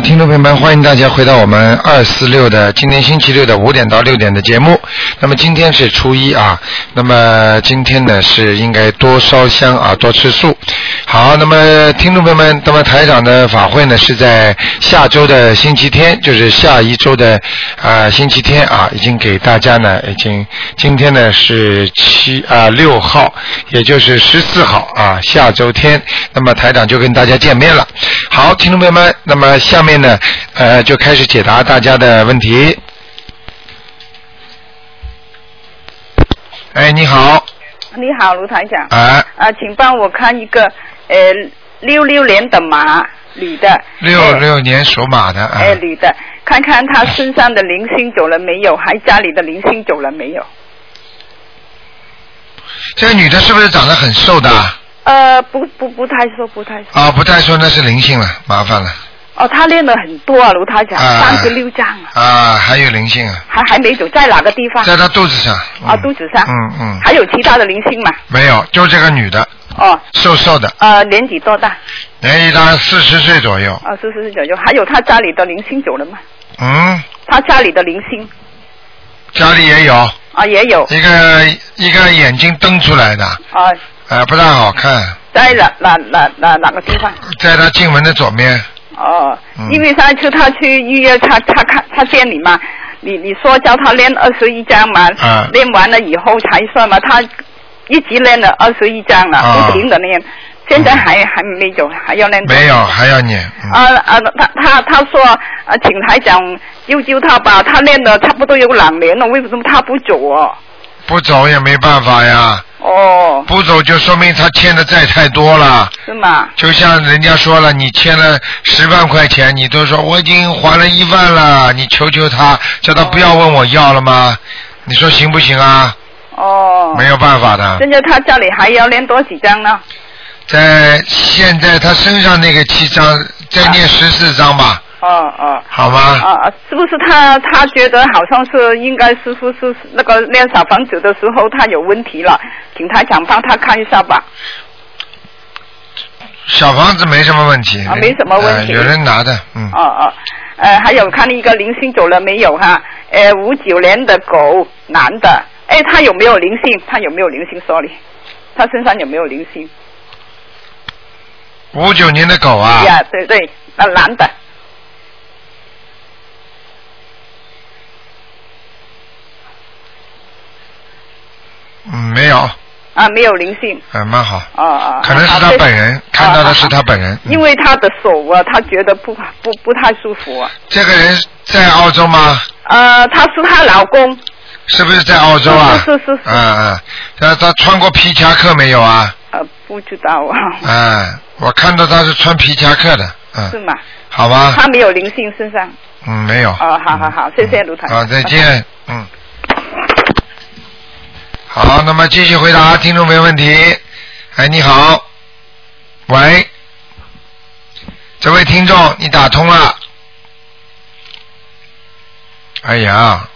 听众朋友们，欢迎大家回到我们246的今天星期六的5点到6点的节目。那么今天是初一啊，那么今天呢是应该多烧香啊，多吃素。好，那么听众朋友们，那么台长的法会呢是在下周的星期天，就是下一周的星期天啊，已经给大家呢今天呢是6号，也就是14号啊，下周天，那么台长就跟大家见面了。好，听众朋友们，那么下面呢就开始解答大家的问题。哎，你好。 你好，卢台长。请帮我看一个66年的马，女的。 66年属马的。 女的，看看她身上的灵性走了没有，还家里的灵性走了没有？ 这个女的是不是长得很瘦的？ 不太说。 不太说，那是灵性了，麻烦了。 他练了很多啊，卢台长，36张啊。 还有灵性啊。 还没走，在哪个地方？ 在她肚子上。 肚子上。 嗯。 还有其他的灵性吗？ 没有，就这个女的。瘦瘦的。 年纪多大？ 年纪大40岁左右。 40岁左右。还有她家里的灵性走了吗？她家里的灵性。 家里也有。 也有。 一个眼睛瞪出来的。不太好看。 在哪个地方？ 在她进门的左面。 因为上一次他去预约他见你嘛，你说叫他练21张嘛，练完了以后才算嘛，他一直练了21张了，不停的练，现在还没走，还要练。 没有，还要练。 他说请台长救他吧，他练了差不多有2年了，为什么他不走不走也没办法呀。不走就说明他欠的债太多了。 是吗？ 就像人家说了，你欠了10万块钱，你都说我已经还了1万了，你求求他，叫他不要问我要了吗？你说行不行啊？没有办法的。 现在他家里还要练多几张呢？ 现在他身上那个7张，再念14张吧。好吗？ 是不是他觉得好像是应该师傅是那个练小房子的时候他有问题了，请台长帮他看一下吧。 小房子没什么问题。 没什么问题。 有人拿的。 还有看一个灵性走了没有哈？59年的狗，男的。他有没有灵性？他有没有灵性 ？Sorry， 他身上有没有灵性 ？59年的狗啊？ 对，男的。 没有。 没有灵性。 蛮好。可能是他本人，看到的是他本人。 因为他的手他觉得不太舒服这个人在澳洲吗？ 他是她老公。 是不是在澳洲啊？ 是。 他穿过皮夹克没有啊？ 不知道我看到他是穿皮夹克的。 是吗？ 好吧。 他没有灵性身上。 没有。 好，谢谢卢台。 再见。好，那么继续回答听众朋友问题。你好，喂，这位听众，你打通了。哎呀，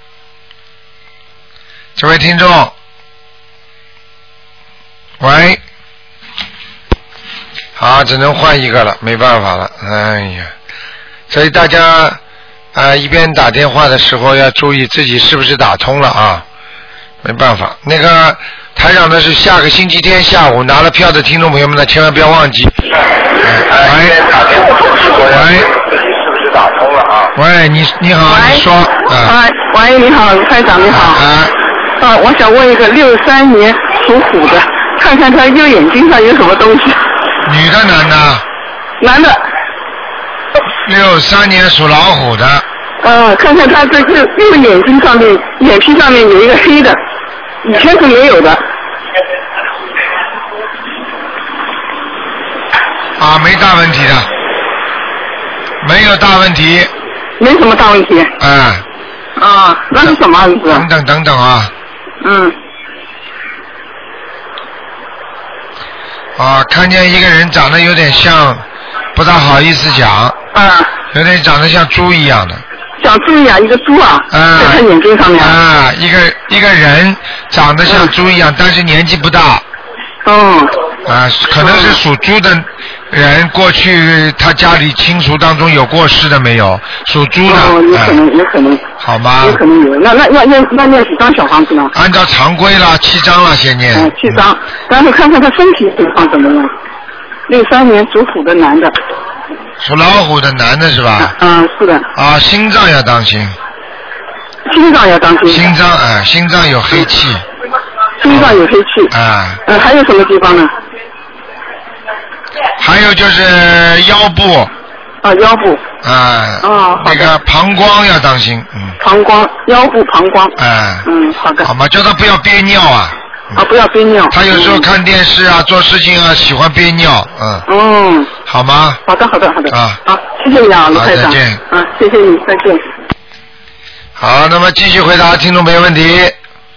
这位听众，喂，好，只能换一个了，没办法了。哎呀，所以大家一边打电话的时候要注意自己是不是打通了啊。没办法，那个台长呢是下个星期天下午拿了票的听众朋友们呢，千万不要忘记。喂，是不是打通了啊？喂，你好，你说。 喂，你好，台长你好。我想问一个63年属虎的，看看他右眼睛上有什么东西。 女的男的？ 男的。 63年属老虎的。 看看他这右眼睛上面，眼皮上面有一个黑的，以前是没有的。 没大问题的，没有大问题。 没什么大问题。那是什么意思？ 等等啊。看见一个人长得有点像，不大好意思讲。有点长得像猪一样的。 像猪一样，一个猪在他眼睛上面。一个人长得像猪一样，但是年纪不大。 啊，可能是属猪的人过去他家里亲属当中有过世的没有？属猪的。 哦，有可能。 好吗？ 有可能有。那念几张小房子呢？ 按照常规了，7张了，先念。 7张。然后看看他身体情况怎么样。63年属虎的男的。 属老虎的男的是吧？ 是的。 啊，心脏要当心。 心脏要当心。 心脏有黑气。 心脏有黑气。还有什么地方呢？ 还有就是腰部。 腰部。 那个膀胱要当心。 膀胱，腰部膀胱。好的。 好嘛，叫他不要憋尿啊。 不要憋尿。 他有时候看电视啊，做事情啊，喜欢憋尿。好吗？ 好的。好，谢谢你啊，卢台长。 再见。 谢谢你，再见。 好，那么继续回答听众朋友问题。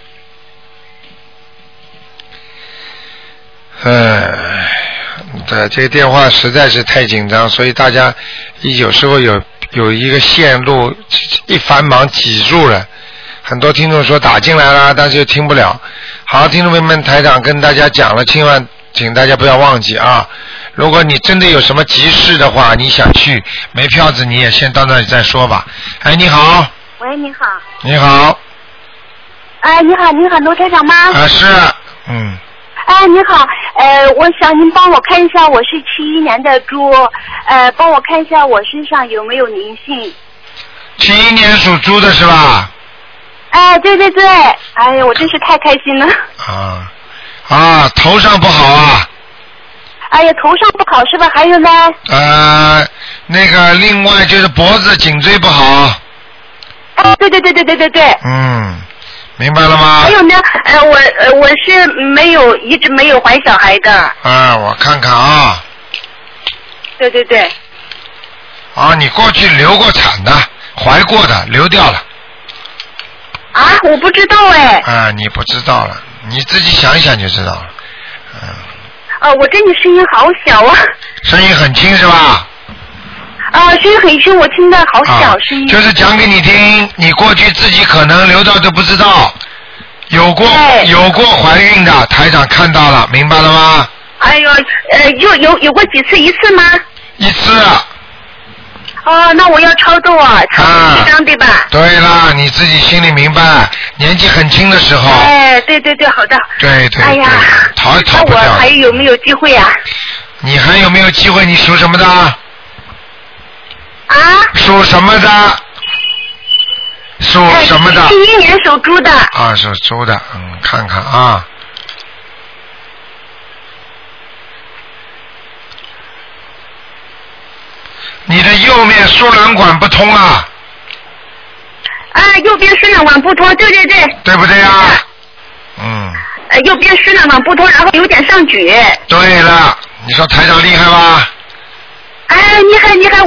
这个电话实在是太紧张，所以大家有时候有一个线路一繁忙挤住了，很多听众说打进来了，但是又听不了。好，听众朋友们，台长跟大家讲了，千万请大家不要忘记啊！如果你真的有什么急事的话，你想去没票子，你也先到那里再说吧。哎，你好。 喂，你好。 你好。 哎，你好，卢台长吗？ 是。 哎，你好，我想您帮我看一下，我是71年的猪，帮我看一下我身上有没有灵性。 71年属猪的是吧？ 哎，对，哎呀，我真是太开心了。 头上不好啊。 哎呀，头上不好是吧？还有呢？ 那个另外就是脖子、颈椎不好。 对。 明白了吗？ 还有呢，我是一直没有怀小孩的。 我看看啊。 对。 你过去流过产的，怀过的，流掉了。 我不知道哎。 你不知道了，你自己想一想就知道了。 我这里声音好小啊。 声音很轻是吧？ 声音很轻，我听的好小声音。 就是讲给你听，你过去自己可能流到都不知道，有过怀孕的，台长看到了，明白了吗？ 哎呦，有过几次？一次吗？ 一次。 那我要超度超度7张对吧？ 对了，你自己心里明白，年纪很轻的时候。 对，好的。 对。 哎呀， 逃不掉。 那我还有没有机会啊？ 你还有没有机会？你属什么的？属什么的？71 年属猪的。 属猪的，看看啊。你的右面输卵管不通啊。 右边输卵管不通，对。 对不对啊？ 右边输卵管不通，然后有点上举。 对了，你说台长厉害吧？ 厉害！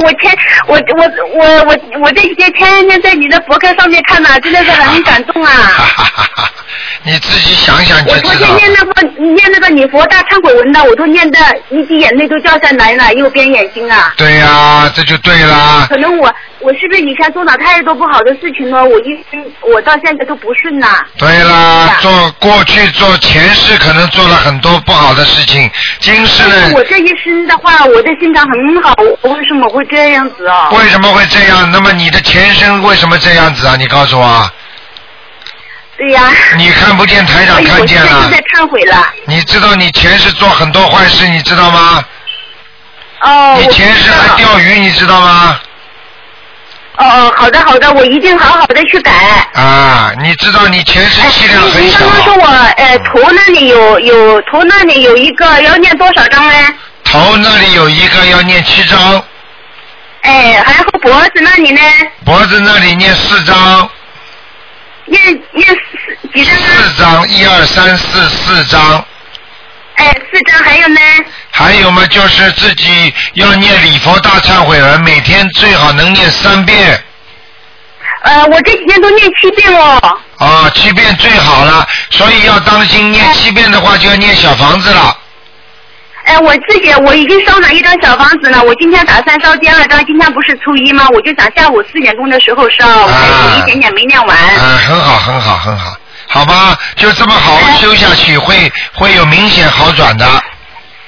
我这几天天天在你的博客上面看真的是很感动啊！ 你自己想想就知道。 我昨天念那个礼佛大忏悔文的，我都念的一滴眼泪都掉下来了，右边眼睛啊。 对呀，这就对了。 可能我是不是以前做了太多不好的事情了？我到现在都不顺了。 对啦，过去做前世可能做了很多不好的事情，今世呢？ 我这一生的话，我的心肠很好，我为什么会这样子啊？ 为什么会这样？那么你的前生为什么这样子啊？你告诉我。 对呀。 你看不见，台长看见了。 我现在忏悔了。 你知道你前世做很多坏事，你知道吗？你前世还钓鱼，你知道吗？ 好的，我一定好好的去改。 你知道你前世气量很小。 你刚刚说我头那里有一个要念多少章呢？ 头那里有一个要念7章。 还有脖子那里呢？ 脖子那里念4章。 念几张啊 ？4章，1、2、3、4章。 4张，还有呢？ 还有嘛，就是自己要念礼佛大忏悔文，每天最好能念3遍。 我这几天都念7遍哦。 7遍最好了，所以要当心，念7遍的话就要念小房子了。 我已经烧了1张小房子了，我今天打算烧第2张，今天不是初一吗？我就想下午4点钟的时候烧，我还有一点点没念完。 很好，很好，很好。好吧，就这么好好修下去，会有明显好转的。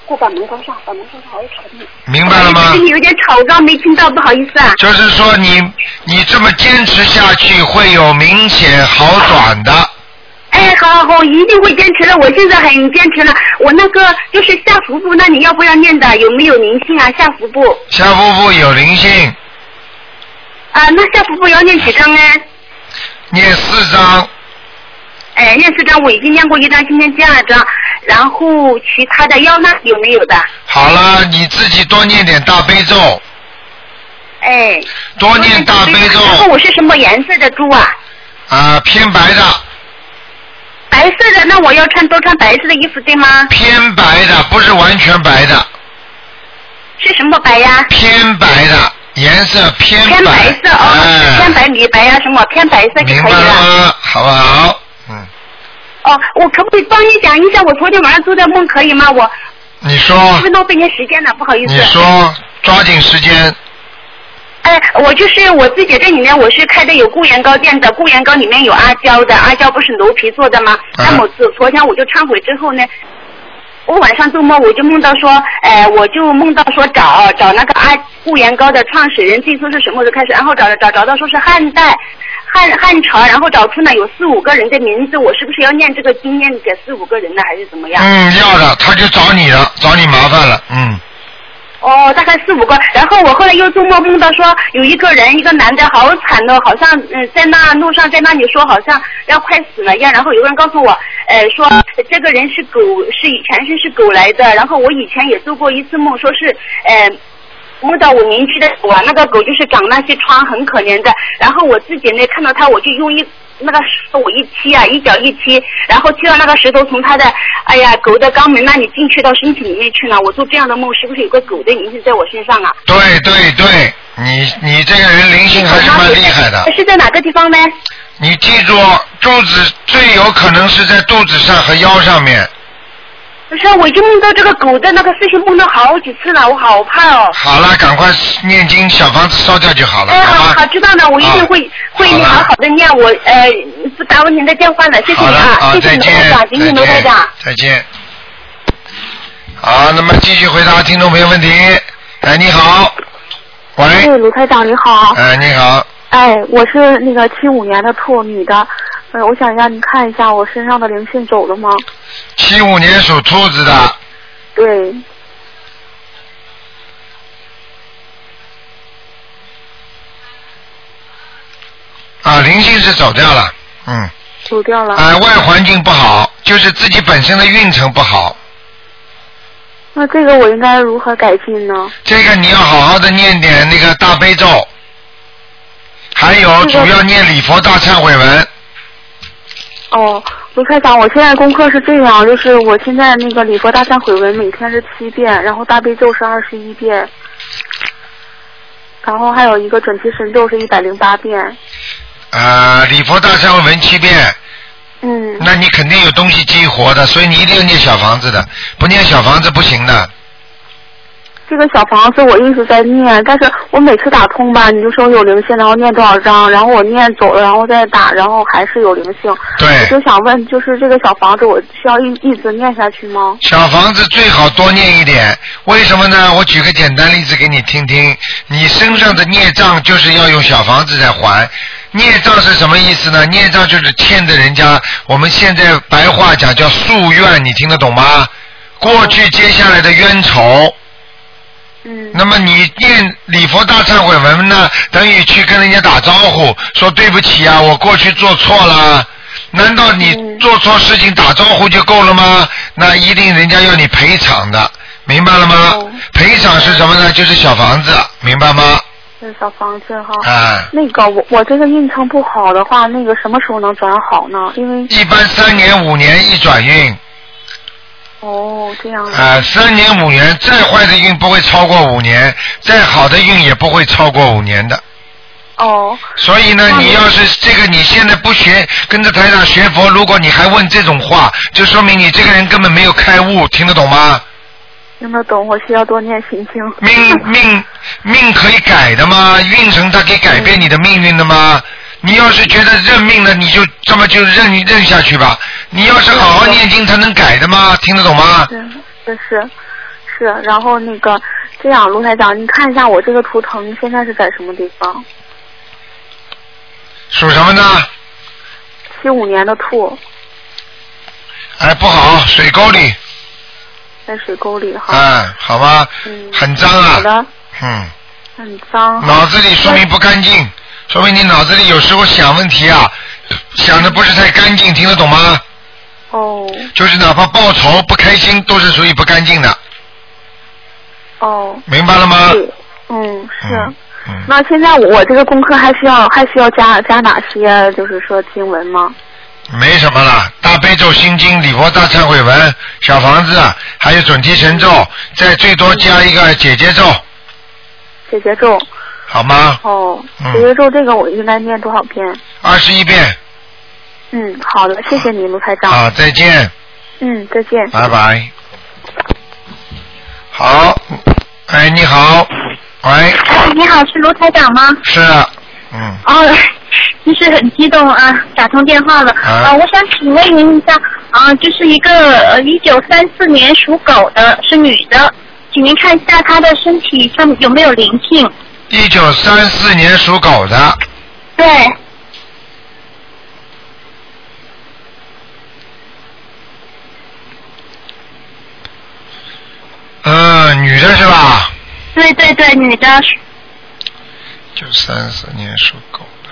把门关上，把门关上，好吵的。 明白了吗？ 这里有点吵，刚没听到，不好意思啊。 就是说你这么坚持下去，会有明显好转的。 哎，好，一定会坚持的。我现在很坚持了。我那个就是下腹部，那你要不要念的？有没有灵性啊？下腹部。 下腹部有灵性。 啊，那下腹部要念几张呢？ 念4张。 哎，念4张，我已经念过1张，今天第2张。然后其他的要那有没有的？ 好了，你自己多念点大悲咒。 哎。 多念大悲咒。 然后我是什么颜色的猪啊？ 偏白的。 白色的，那我要多穿白色的衣服对吗？ 偏白的，不是完全白的。 是什么白呀？ 偏白的，颜色偏白。 偏白色哦，偏白米白呀，什么偏白色就可以了。 明白了吗？好不好？ 哦，我可不可以帮你讲一下我昨天晚上做的梦，可以吗？ 你说。 是不是浪费您时间了？不好意思。 你说，抓紧时间。 哎，我就是我自己这里面我是开的有固元膏店的，固元膏里面有阿胶的，阿胶不是牛皮做的吗？那么昨天我就忏悔之后呢，我晚上做梦我就梦到说，找那个固元膏的创始人，最初是什么时候开始？然后找到说是汉朝，然后找出呢有4、5个人的名字，我是不是要念这个经念给4、5个人呢，还是怎么样？ 要的，他就找你了，找你麻烦了， 哦，大概4、5个，然后我后来又做梦梦到说有一个人，一个男的，好惨的，好像在那路上在那里说好像要快死了一样，然后有个人告诉我，说这个人是狗，是前世是狗来的，然后我以前也做过一次梦，说是梦到我邻居的狗啊，那个狗就是长那些疮，很可怜的，然后我自己呢看到他，我就用那个石头我一踢啊，一脚一踢，然后踢到那个石头从他的狗的肛门那里进去到身体里面去了。我做这样的梦，是不是有个狗的灵性在我身上啊？ 对，你这个人灵性还是蛮厉害的。 是在哪个地方呢？ 你记住，肚子最有可能是在肚子上和腰上面。 不是，我已经梦到这个狗的那个事情梦到好几次了，我好怕哦。 好了，赶快念经，小房子烧掉就好了。 好，知道了，我一定会你好好的念。我不打扰您的电话了，谢谢你啊，谢谢你台长，谢谢卢台长。 再见。好，那么继续回答听众朋友问题。你好。喂。 哎，卢台长你好。 你好。 我是那个75年的兔女的。我想让您看一下我身上的灵性走了吗 ？75年属兔子的。 对。 灵性是走掉了， 走掉了。 外环境不好，就是自己本身的运程不好。 那这个我应该如何改进呢？ 这个你要好好的念点那个大悲咒，还有主要念礼佛大忏悔文。 卢台长，我现在功课是这样，就是我现在那个礼佛大忏悔文每天是7遍，然后大悲咒是21遍，然后还有一个准提神咒是108遍。 礼佛大忏悔文7遍。那你肯定有东西激活的，所以你一定要念小房子的，不念小房子不行的。 这个小房子我一直在念，但是我每次打通吧，你就说有灵性，然后念多少章，然后我念走了，然后再打，然后还是有灵性。 对。 我就想问，就是这个小房子我需要一直念下去吗？ 小房子最好多念一点，为什么呢？我举个简单例子给你听听，你身上的孽障就是要用小房子来还。孽障是什么意思呢？孽障就是欠的人家，我们现在白话讲叫夙愿，你听得懂吗？过去接下来的冤仇。那么你念礼佛大忏悔文呢，等于去跟人家打招呼，说对不起啊，我过去做错了。难道你做错事情打招呼就够了吗？那一定人家要你赔偿的，明白了吗？赔偿是什么呢？就是小房子，明白吗？ 是小房子哈。那个我这个运程不好的话，那个什么时候能转好呢？因为一般3年5年一转运。 这样。 3年5年，再坏的运不会超过5年，再好的运也不会超过5年的。所以呢，你要是这个你现在不学，跟着台长学佛，如果你还问这种话，就说明你这个人根本没有开悟，听得懂吗？ 听得懂，我需要多念心经。 命可以改的吗？运程它可以改变你的命运的吗？你要是觉得认命了，你就这么就认下去吧。你要是好好念经，它能改的吗？听得懂吗？ 是。 是，然后那个这样，卢台长，你看一下我这个图腾现在是在什么地方？ 属什么呢 ？75年的兔。 哎，不好，水沟里。 在水沟里哈。 哎，好吧。很脏啊。 好的。很脏。 脑子里说明不干净，说明你脑子里有时候想问题啊，想的不是太干净，听得懂吗？ 哦。 就是哪怕报仇不开心，都是属于不干净的。 哦。 明白了吗？ 是。那现在我这个功课还需要加哪些？就是说经文吗？ 没什么了，大悲咒、心经、礼佛大忏悔文、小房子，还有准提神咒，再最多加一个解结咒。 解结咒。 好吗？ 解结咒这个我应该念多少遍 ？21遍。 好的，谢谢你，卢台长。 好，再见。 再见。 拜拜。好，哎，你好，喂。 你好，是卢台长吗？ 是。 就是很激动啊，打通电话了。我想请问您一下，就是一个1934年属狗的，是女的，请您看一下她的身体上有没有灵性。 1934年属狗的。 对。 女的是吧？ 对对对，女的。 1934年属狗的。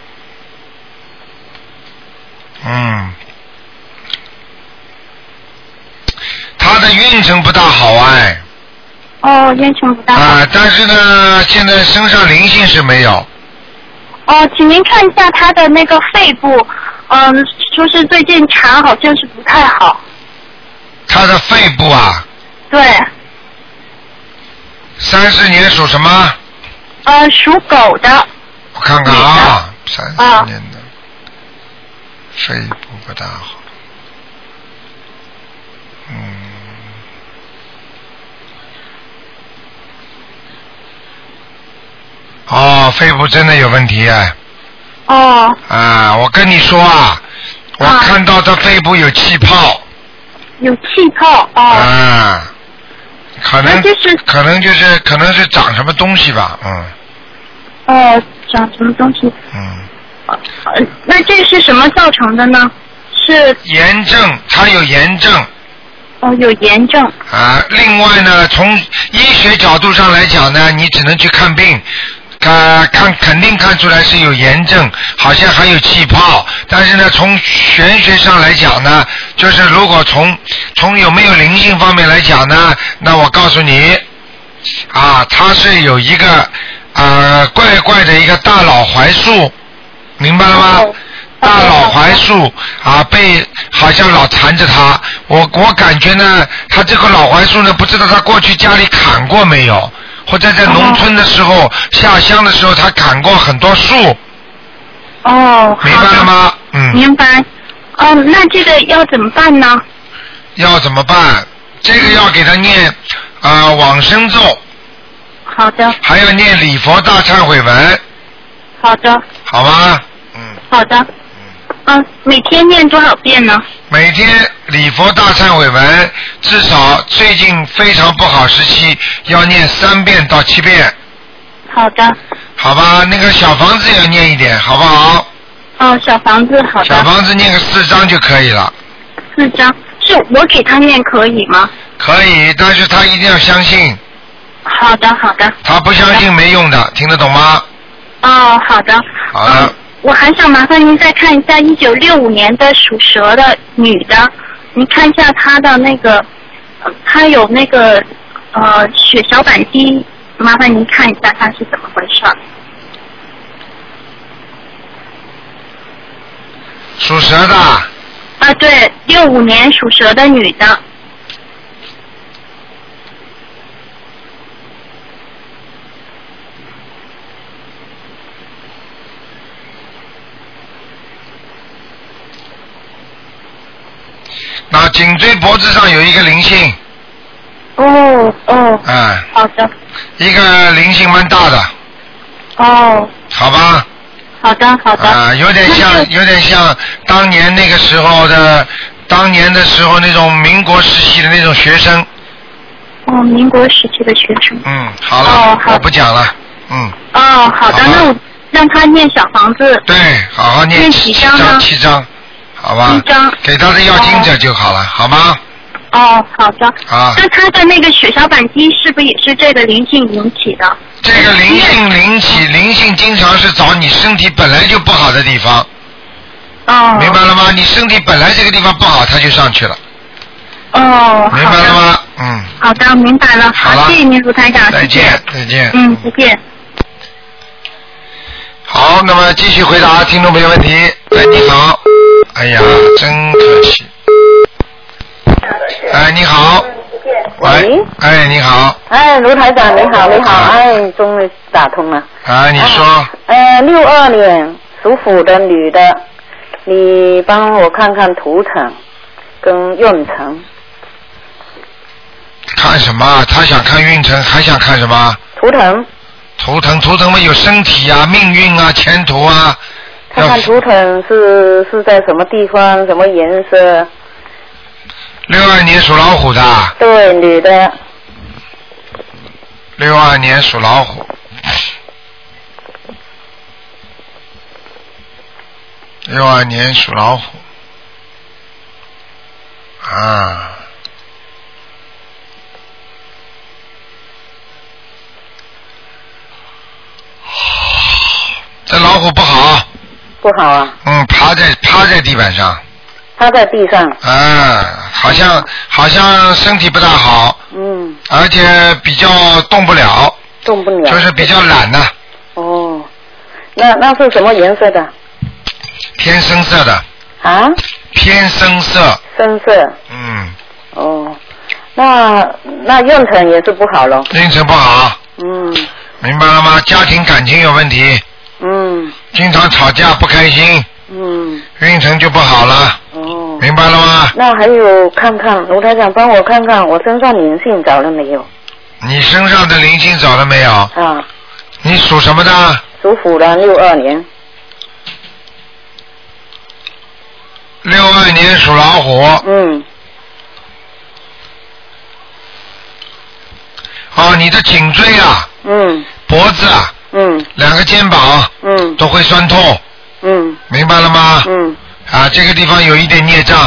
她的运程不大好哎。 运程不大好。 但是呢，现在身上灵性是没有。 请您看一下她的那个肺部，说是最近查好像是不太好。 她的肺部啊？ 对。 34年属什么？ 属狗的。 我看看啊，34年的肺部不大好。肺部真的有问题哎。我跟你说啊，我看到他肺部有气泡。 有气泡可能是长什么东西吧， 长什么东西？那这是什么造成的呢？是炎症，他有炎症。 有炎症。 另外呢，从医学角度上来讲呢，你只能去看病。肯定看出来是有炎症，好像还有气泡，但是呢，从玄学上来讲呢，就是如果从有没有灵性方面来讲呢，那我告诉你，它是有一个怪怪的一个大老槐树，明白了吗？大老槐树被好像老缠着他，我感觉呢，他这个老槐树呢，不知道他过去家里砍过没有。或者在农村的时候下乡的时候他砍过很多树。明白了吗？ 明白。那这个要怎么办呢？ 要怎么办？这个要给他念往生咒。 好的。 还要念礼佛大忏悔文。 好的。 好吧。 好的。每天念多少遍呢？ 每天礼佛大忏悔文至少最近非常不好时期要念3遍到7遍。 好的。 好吧，那个小房子也要念一点，好不好？ 小房子好的。 小房子念个4章就可以了。 4章，是我给他念可以吗？ 可以，但是他一定要相信。 好的好的。 他不相信没用的，听得懂吗？ 好的。 好的。 我还想麻烦您再看一下1965年的属蛇的女的，您看一下她的那个，她有那个血小板低，麻烦您看一下她是怎么回事。 属蛇的。 对，65年属蛇的女的。 那颈椎脖子上有一个灵性。 好的。 一个灵性蛮大的。好吧。 好的好的。 有点像当年的时候那种民国时期的那种学生。 民国时期的学生。 好了，我不讲了。 好的，那我让他念小房子。 对，好好念几张呢 ？7张，好吧。 7张。 给他的要经者就好了，好吗？ 好的。那他的那个血小板低是不是也是这个灵性引起的？ 这个灵性经常是找你身体本来就不好的地方。明白了吗？你身体本来这个地方不好，它就上去了。明白了吗？ 好的，明白了。好，谢谢您，卢台长。 再见。再见。 再见。 好，那么继续回答听众朋友问题。你好。哎呀，真可惜。你好。喂。你好。 卢台长，你好，你好。终于打通了。 你说。 62年属虎的女的，你帮我看看图腾跟运程。 看什么？他想看运程，还想看什么？ 图腾嘛，有身体啊、命运啊、前途啊。 看看图腾是在什么地方，什么颜色 ？62年属老虎的。 对，女的。 62年属老虎。62年属老虎。这老虎不好。 不好啊。 趴在地板上。 趴在地上。 好像身体不大好。而且比较动不了。就是比较懒的。 那是什么颜色的？ 偏深色的。偏深色。 深色。那运程也是不好咯。 运程不好。明白了吗？家庭感情有问题。经常吵架不开心。运程就不好了。明白了吗？ 那还有看看卢台长帮我看看我身上灵性找了没有？ 你身上的灵性找了没有？你属什么的？ 属虎的，62年。 62年属老虎。你的颈椎啊。脖子啊。两个肩膀。都会酸痛。明白了吗？这个地方有一点孽障。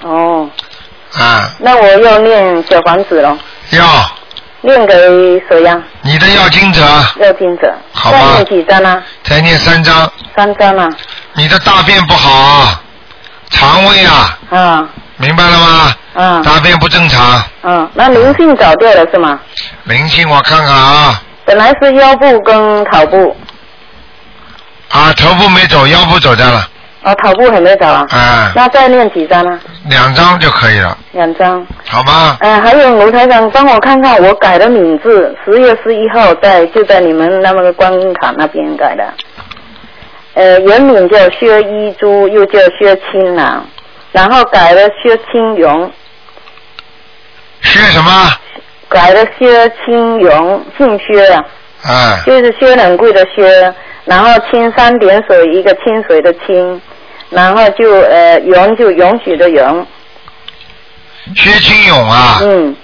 那我要念小房子了。 要。 念给谁呀？ 你的要经者。好吧。 再念几张呢？ 再念3张。 3张啊。 你的大便不好，肠胃啊。明白了吗？大便不正常。 那灵性找掉了是吗？ 灵性我看看啊。 本来是腰部跟头部。 头部没走，腰部走掉了。 头部还没走啊。那再念几张呢 ？2张就可以了。 2张。 好吗？ 还有卢台长帮我看看我改的名字，10月11号就在你们那个观音堂那边改的。原名叫薛一珠，又叫薛清朗，然后改了薛清荣。 薛什么？ 改了薛清荣，姓薛啊。就是薛冷贵的薛，然后清3点水一个清水的清，然后就允就允许的允。 薛清勇啊。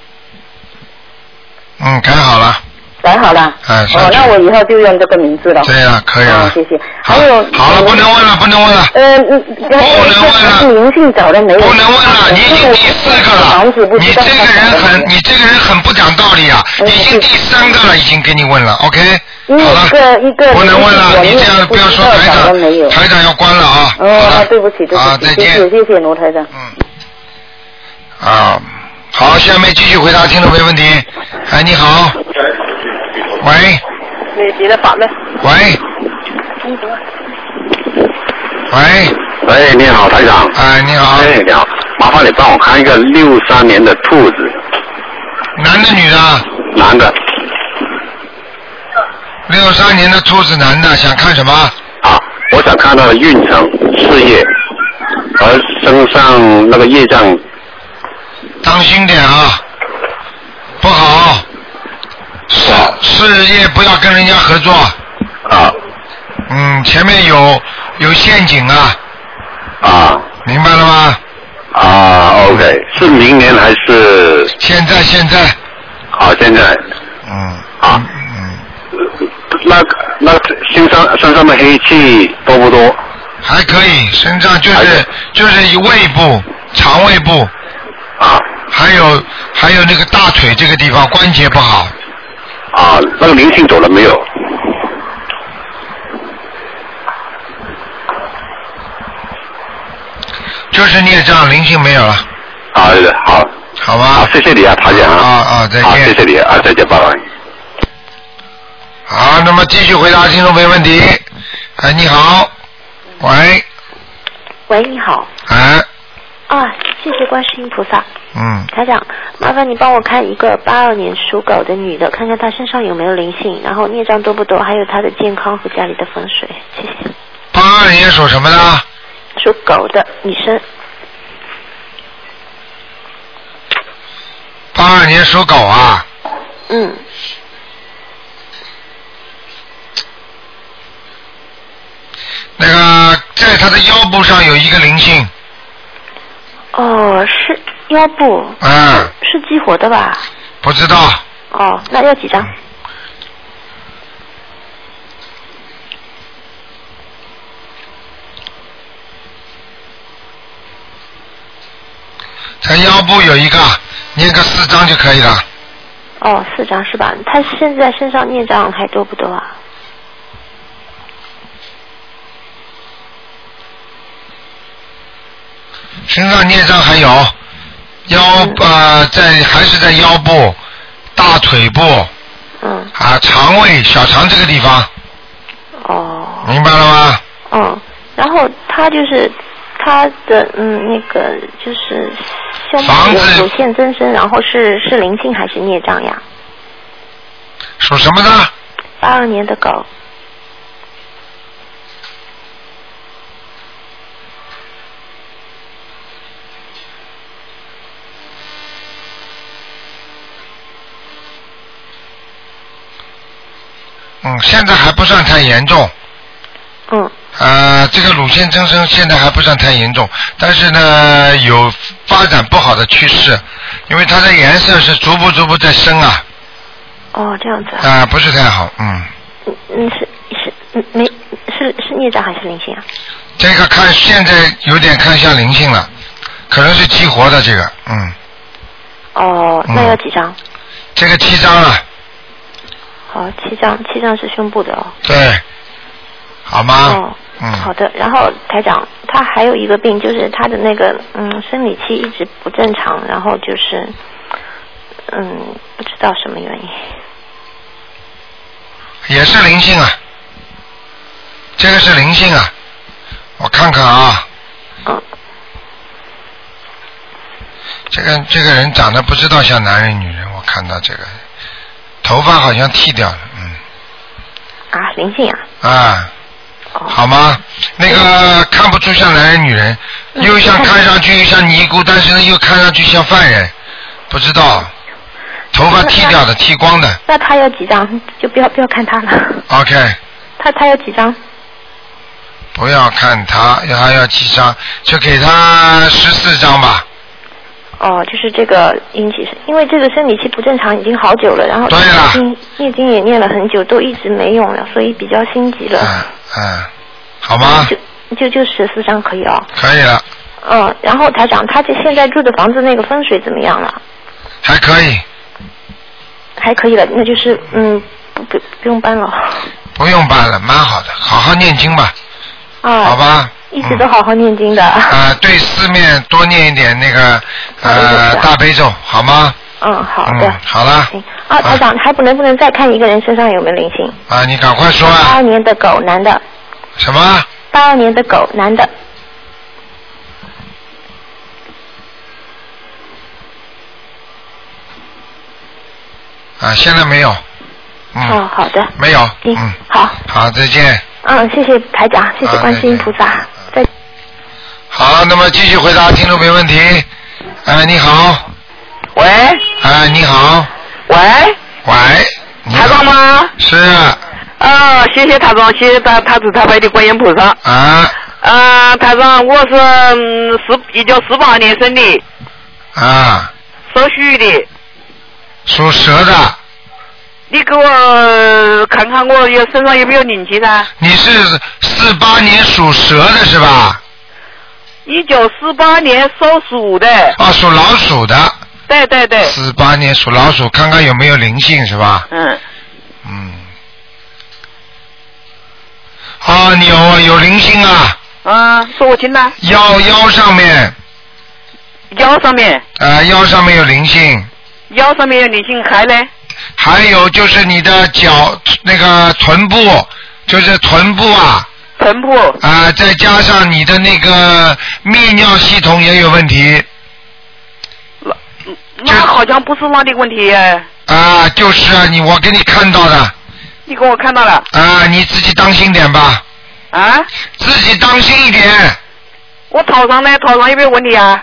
改好了。 改好了。那我以后就用这个名字了。 对了，可以了。 谢谢。还有。 好了，不能问了。不能问了。 灵性找了没有？ 不能问了，你已经第4个了。你这个人很不讲道理啊！已经第3个了，已经给你问了。OK。好了。不能问了，你这样不要说台长要关了啊。好了。 对不起。 再见。 谢谢卢台长。 好，下面继续回答听众朋友问题。你好。喂。 你的法门。 喂。喂。 你好，台长。 你好。 你好，麻烦你帮我看一个63年的兔子。 男的女的？ 男的。 63年的兔子男的，想看什么？ 我想看他的运程、事业和身上那个业障。 当心点啊，不好。事业不要跟人家合作。前面有陷阱啊。明白了吗？ OK， 是明年还是？ 现在。 啊，现在。啊。那身上的黑气多不多？ 还可以，身上就是胃部、肠胃部。 啊。 还有那个大腿这个地方关节不好。 啊，那个灵性走了没有？ 就是孽障，灵性没有了。 好的，好。 好吧。 好，谢谢你啊，台长啊，再见。 好，谢谢你啊，再见，拜拜。 好，那么继续回答听众朋友问题。哎，你好，喂。 喂，你好。 哎。 啊，谢谢观世音菩萨。台长，麻烦你帮我看一个82年属狗的女的，看看她身上有没有灵性，然后孽障多不多，还有她的健康和家里的风水。谢谢。 82年属什么的？ 属狗的女生。 82年属狗啊。那个在她的腰部上有一个灵性。 哦，是腰部。是激活的吧？ 不知道。 哦，那要几张？ 在腰部有一个，念个4张就可以了。 哦，4张是吧？他现在身上孽障还多不多啊？ 身上孽障还有腰还是在腰部、大腿部，肠胃、小肠这个地方。 哦。 明白了吗？ 然后他就是他的那个就是胸部有腺增生，然后是灵性还是孽障呀？ 属什么的 ？82年的狗。 现在还不算太严重。这个乳腺增生现在还不算太严重，但是呢有发展不好的趋势，因为它的颜色是逐步在生啊。 哦，这样子啊。 不是太好， 是孽障还是灵性啊？ 这个看现在有点看像灵性了，可能是激活的这个， 哦，那要几张？ 这个7张啊。 好，7张是胸部的哦。 对，好吗？ 好的。然后台长，他还有一个病，就是他的那个生理期一直不正常，然后就是不知道什么原因。 也是灵性啊，这个是灵性啊，我看看啊。这个人长得不知道像男人女人，我看到这个。头发好像剃掉了， 灵性啊。好吗？那个看不出像男人女人，又像看上去又像尼姑，但是呢又看上去像犯人，不知道。头发剃掉的，剃光的。 那他要几张？就不要看他了。 OK。 他要几张？ 不要看他，还要几张？就给他14张吧。 哦，就是这个引起，因为这个生理期不正常已经好久了，然后念经也念了很久，都一直没用了，所以比较心急了。 好吗？ 就14张可以哦。 可以了。 然后台长，他现在住的房子那个风水怎么样了？ 还可以。 还可以了，那就是不用搬了。 不用搬了，蛮好的，好好念经吧。好吧。 一直都好好念经的。 对四面多念一点那个大悲咒，好吗？ 好的。 好了。 台长，还能不能再看一个人身上有没有灵性？ 你赶快说啊。 82年的狗，男的。 什么 ？82年的狗，男的。 现在没有。 好的。 没有。 好。 好，再见。 谢谢台长，谢谢观世音菩萨。 好，那么继续回答听众朋友问题。你好。 喂。 你好。 喂。台长吗？ 是。 谢谢台长，谢谢他是台北的观音菩萨。台长，我是1948年生的。 属戌的。 属蛇的。 你给我看看我身上有没有灵气呢？ 你是48年属蛇的是吧 ？1948年属鼠的。 啊，属老鼠的。 对对对。 48年属老鼠，看看有没有灵性是吧？ 嗯。 啊，你有灵性啊。 说我听呢。 腰上面。 腰上面。 腰上面有灵性。 腰上面有灵性，还呢？ 还有就是你的脚那个臀部，就是臀部啊。 臀部。 再加上你的那个泌尿系统也有问题。 那好像不是那的问题耶。 就是啊，我给你看到的。 你给我看到了。 你自己当心点吧。自己当心一点。 我头上呢？头上有没有问题啊？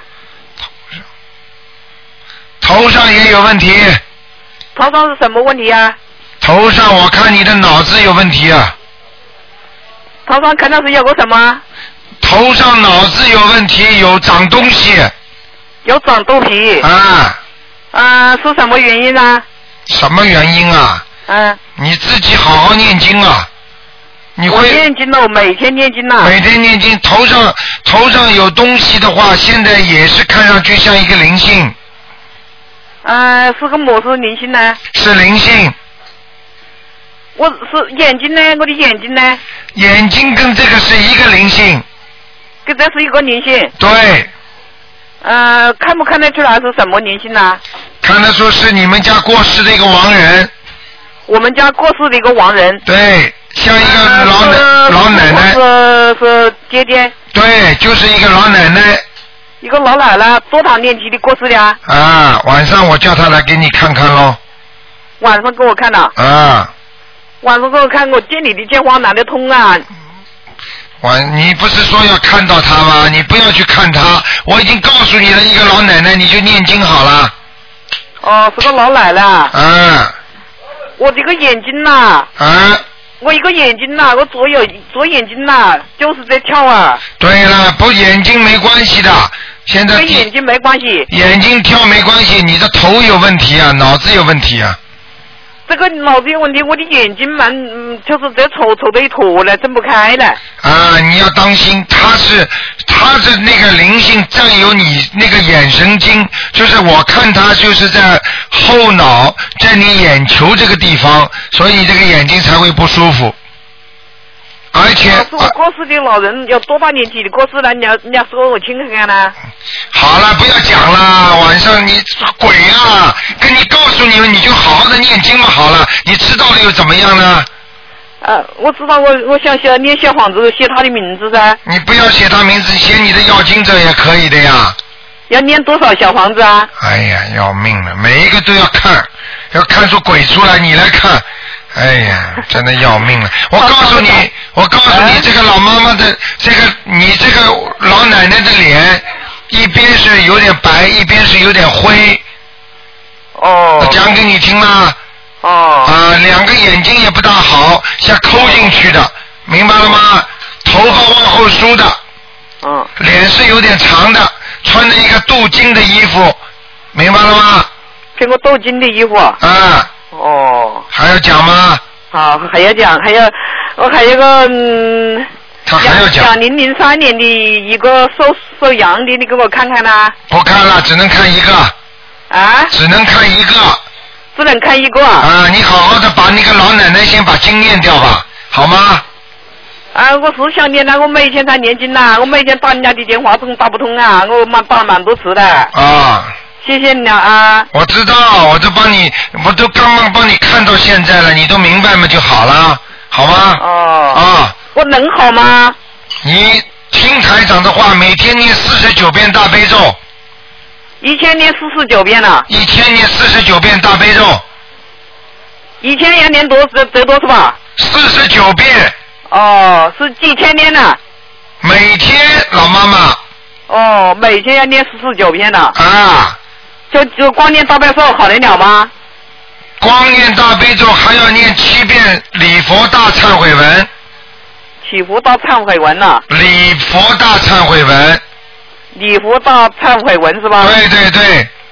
头上也有问题。 头上是什么问题啊？ 头上我看你的脑子有问题啊。 头上看到是有个什么？ 头上脑子有问题，有长东西。 有长肚皮。是什么原因啊？ 什么原因啊？你自己好好念经啊。 我念经了，我每天念经啊。 每天念经，头上有东西的话，现在也是看上去像一个灵性。 是个么是灵性呢？ 是灵性。 我是眼睛呢？我的眼睛呢？ 眼睛跟这个是一个灵性。 跟这是一个灵性。 对。 看不看得出来是什么灵性呢？ 看得出是你们家过世的一个亡人。 我们家过世的一个亡人。 对，像一个老奶奶。 是爹爹。 对，就是一个老奶奶。 一个老奶奶多大年纪的过世的啊？ 晚上我叫她来给你看看咯。 晚上给我看了。晚上给我看，我见你的电话哪里通啊？ 你不是说要看到她吗？你不要去看她，我已经告诉你了，一个老奶奶，你就念经好了。 是个老奶奶。我这个眼睛呐。我一个眼睛呐，我左眼睛呐，就是在跳啊。 对了，不眼睛没关系的，现在。 跟眼睛没关系。 眼睛跳没关系，你的头有问题啊，脑子有问题啊。 这个脑子有问题，我的眼睛就是在瞅的一坨了，睁不开了。 你要当心，他是那个灵性占有你那个眼神经，就是我看他就是在后脑，在你眼球这个地方，所以你这个眼睛才会不舒服。而且是我过世的老人有多大年纪的过世了？你要说我听看看呢。 好了，不要讲了，晚上你鬼啊！跟你告诉你们，你就好好的念经嘛，好了，你知道了又怎么样呢？ 我知道，我想念小房子，写他的名字噻。 你不要写他名字，写你的要经者也可以的呀。 要念多少小房子啊？ 哎呀，要命了，每一个都要看，要看出鬼出来，你来看。哎呀，真的要命了！我告诉你，这个老妈妈的你这个老奶奶的脸，一边是有点白，一边是有点灰。我讲给你听啦。两个眼睛也不大好，像抠进去的，明白了吗？头发往后梳的。脸是有点长的，穿着一个镀金的衣服，明白了吗？ 穿个镀金的衣服。 还要讲吗？ 好，还要讲，我还有个他还要讲。 2003年的一个属羊的，你给我看看啦。 不看了，只能看一个。只能看一个。 只能看一个。 你好好的把那个老奶奶先把经念掉吧，好吗？ 我是想念我每天在念经呐，我每天打人家的电话总打不通啊，我打蛮多次的。谢谢你啊！ 我知道，我都刚刚帮你看到现在了，你都明白嘛就好了，好吗？ 我能好吗？ 你听台长的话，每天念49遍大悲咒。 一天念49遍了。 一天念49遍大悲咒。 一天要念多少吧 ？49遍。 是几天念呢？ 每天，老妈妈。 每天要念49遍的。就光念大悲咒好得了吗？ 光念大悲咒还要念7遍礼佛大忏悔文。 礼佛大忏悔文呐。 礼佛大忏悔文。 礼佛大忏悔文是吧？ 对对对。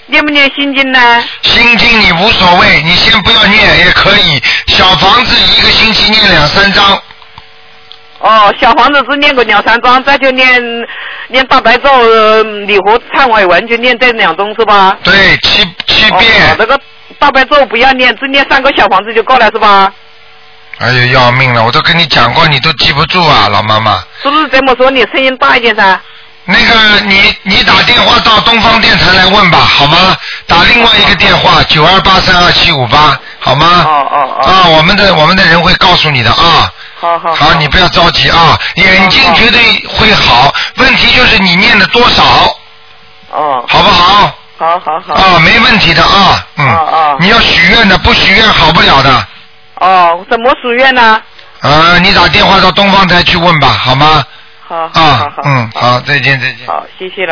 念不念心经呢？ 心经你无所谓，你先不要念也可以。小房子一个星期念2-3章。 哦，小房子只念个2-3章，再就念大白咒、礼佛、忏悔文，就念这2种是吧？ 对，七遍。 那个大白咒不要念，只念3个小房子就够了是吧？ 哎呦，要命了！我都跟你讲过，你都记不住啊，老妈妈。 是不是这么说？你声音大一点噻。 那个，你打电话到东方电台来问吧，好吗？打另外一个电话92832758，好吗？啊，我们的人会告诉你的啊。好，你不要着急啊，眼睛绝对会好，问题就是你念的多少。好不好？ 好。 啊，没问题的啊，你要许愿的，不许愿好不了的。 怎么许愿呢？ 你打电话到东方台去问吧，好吗？ 好。 好，再见。 好，谢谢了。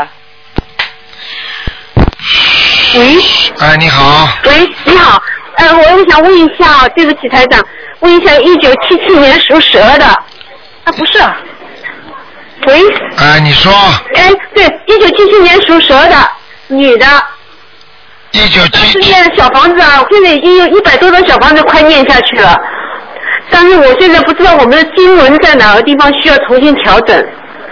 喂。 哎，你好。 喂，你好。我也想问一下，对不起台长，问一下1977年属蛇的。不是。喂。 你说。 对，1977年属蛇的女的。 1977。 现在小房子啊，现在已经有100多张小房子快念下去了，但是我现在不知道我们的经文在哪个地方需要重新调整。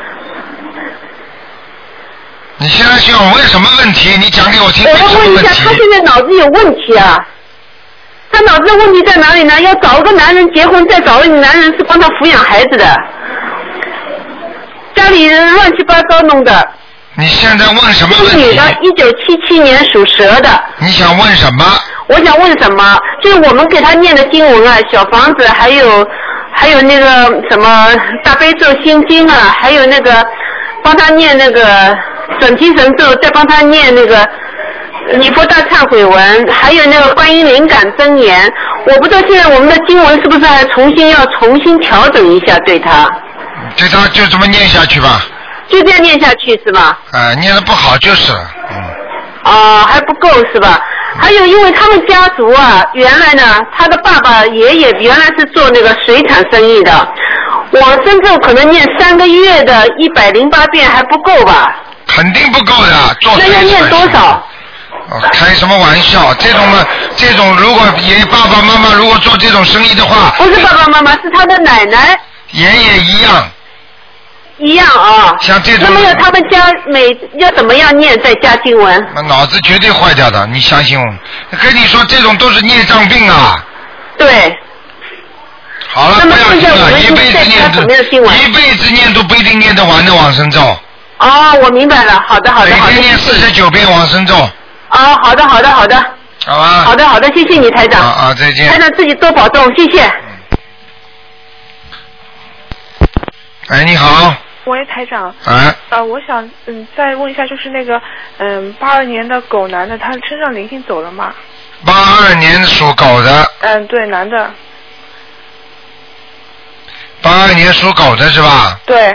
你现在需要问什么问题？你讲给我听。 我要问一下，他现在脑子有问题啊。他脑子的问题在哪里呢？要找一个男人结婚，再找一个男人是帮他抚养孩子的，家里人乱七八糟弄的。 你现在问什么问题？ 女的，1977年属蛇的。 你想问什么？ 我想问什么？就是我们给他念的经文啊，小房子，还有那个什么大悲咒、心经啊，还有那个帮他念那个准提神咒，再帮他念那个礼佛大忏悔文，还有那个观音灵感真言。我不知道现在我们的经文是不是还重新调整一下对他？ 对他就这么念下去吧。 就这样念下去是吧？ 念得不好就是了。 还不够是吧？还有，因为他们家族啊，原来呢，他的爸爸、爷爷原来是做那个水产生意的。往生咒可能念3个月的108遍还不够吧？ 肯定不够的， 那要念多少？ 开什么玩笑？这种如果爸爸妈妈如果做这种生意的话， 不是爸爸妈妈，是他的奶奶、 爷爷一样啊。 像这种， 那么他们家要怎么样念再加经文？ 那脑子绝对坏掉的，你相信我。跟你说，这种都是孽障病啊。 对。 好了，不要听了，一辈子念都不一定念得完的往生咒。 我明白了，好的。 每天念49遍往生咒。 好的。好吧。好的，谢谢你台长。 再见。 台长自己多保重，谢谢。 哎，你好。 喂，台长。我想再问一下，就是那个82年的狗男的，他身上灵性走了吗 ？82年属狗的。 对，男的。 82年属狗的是吧？ 对。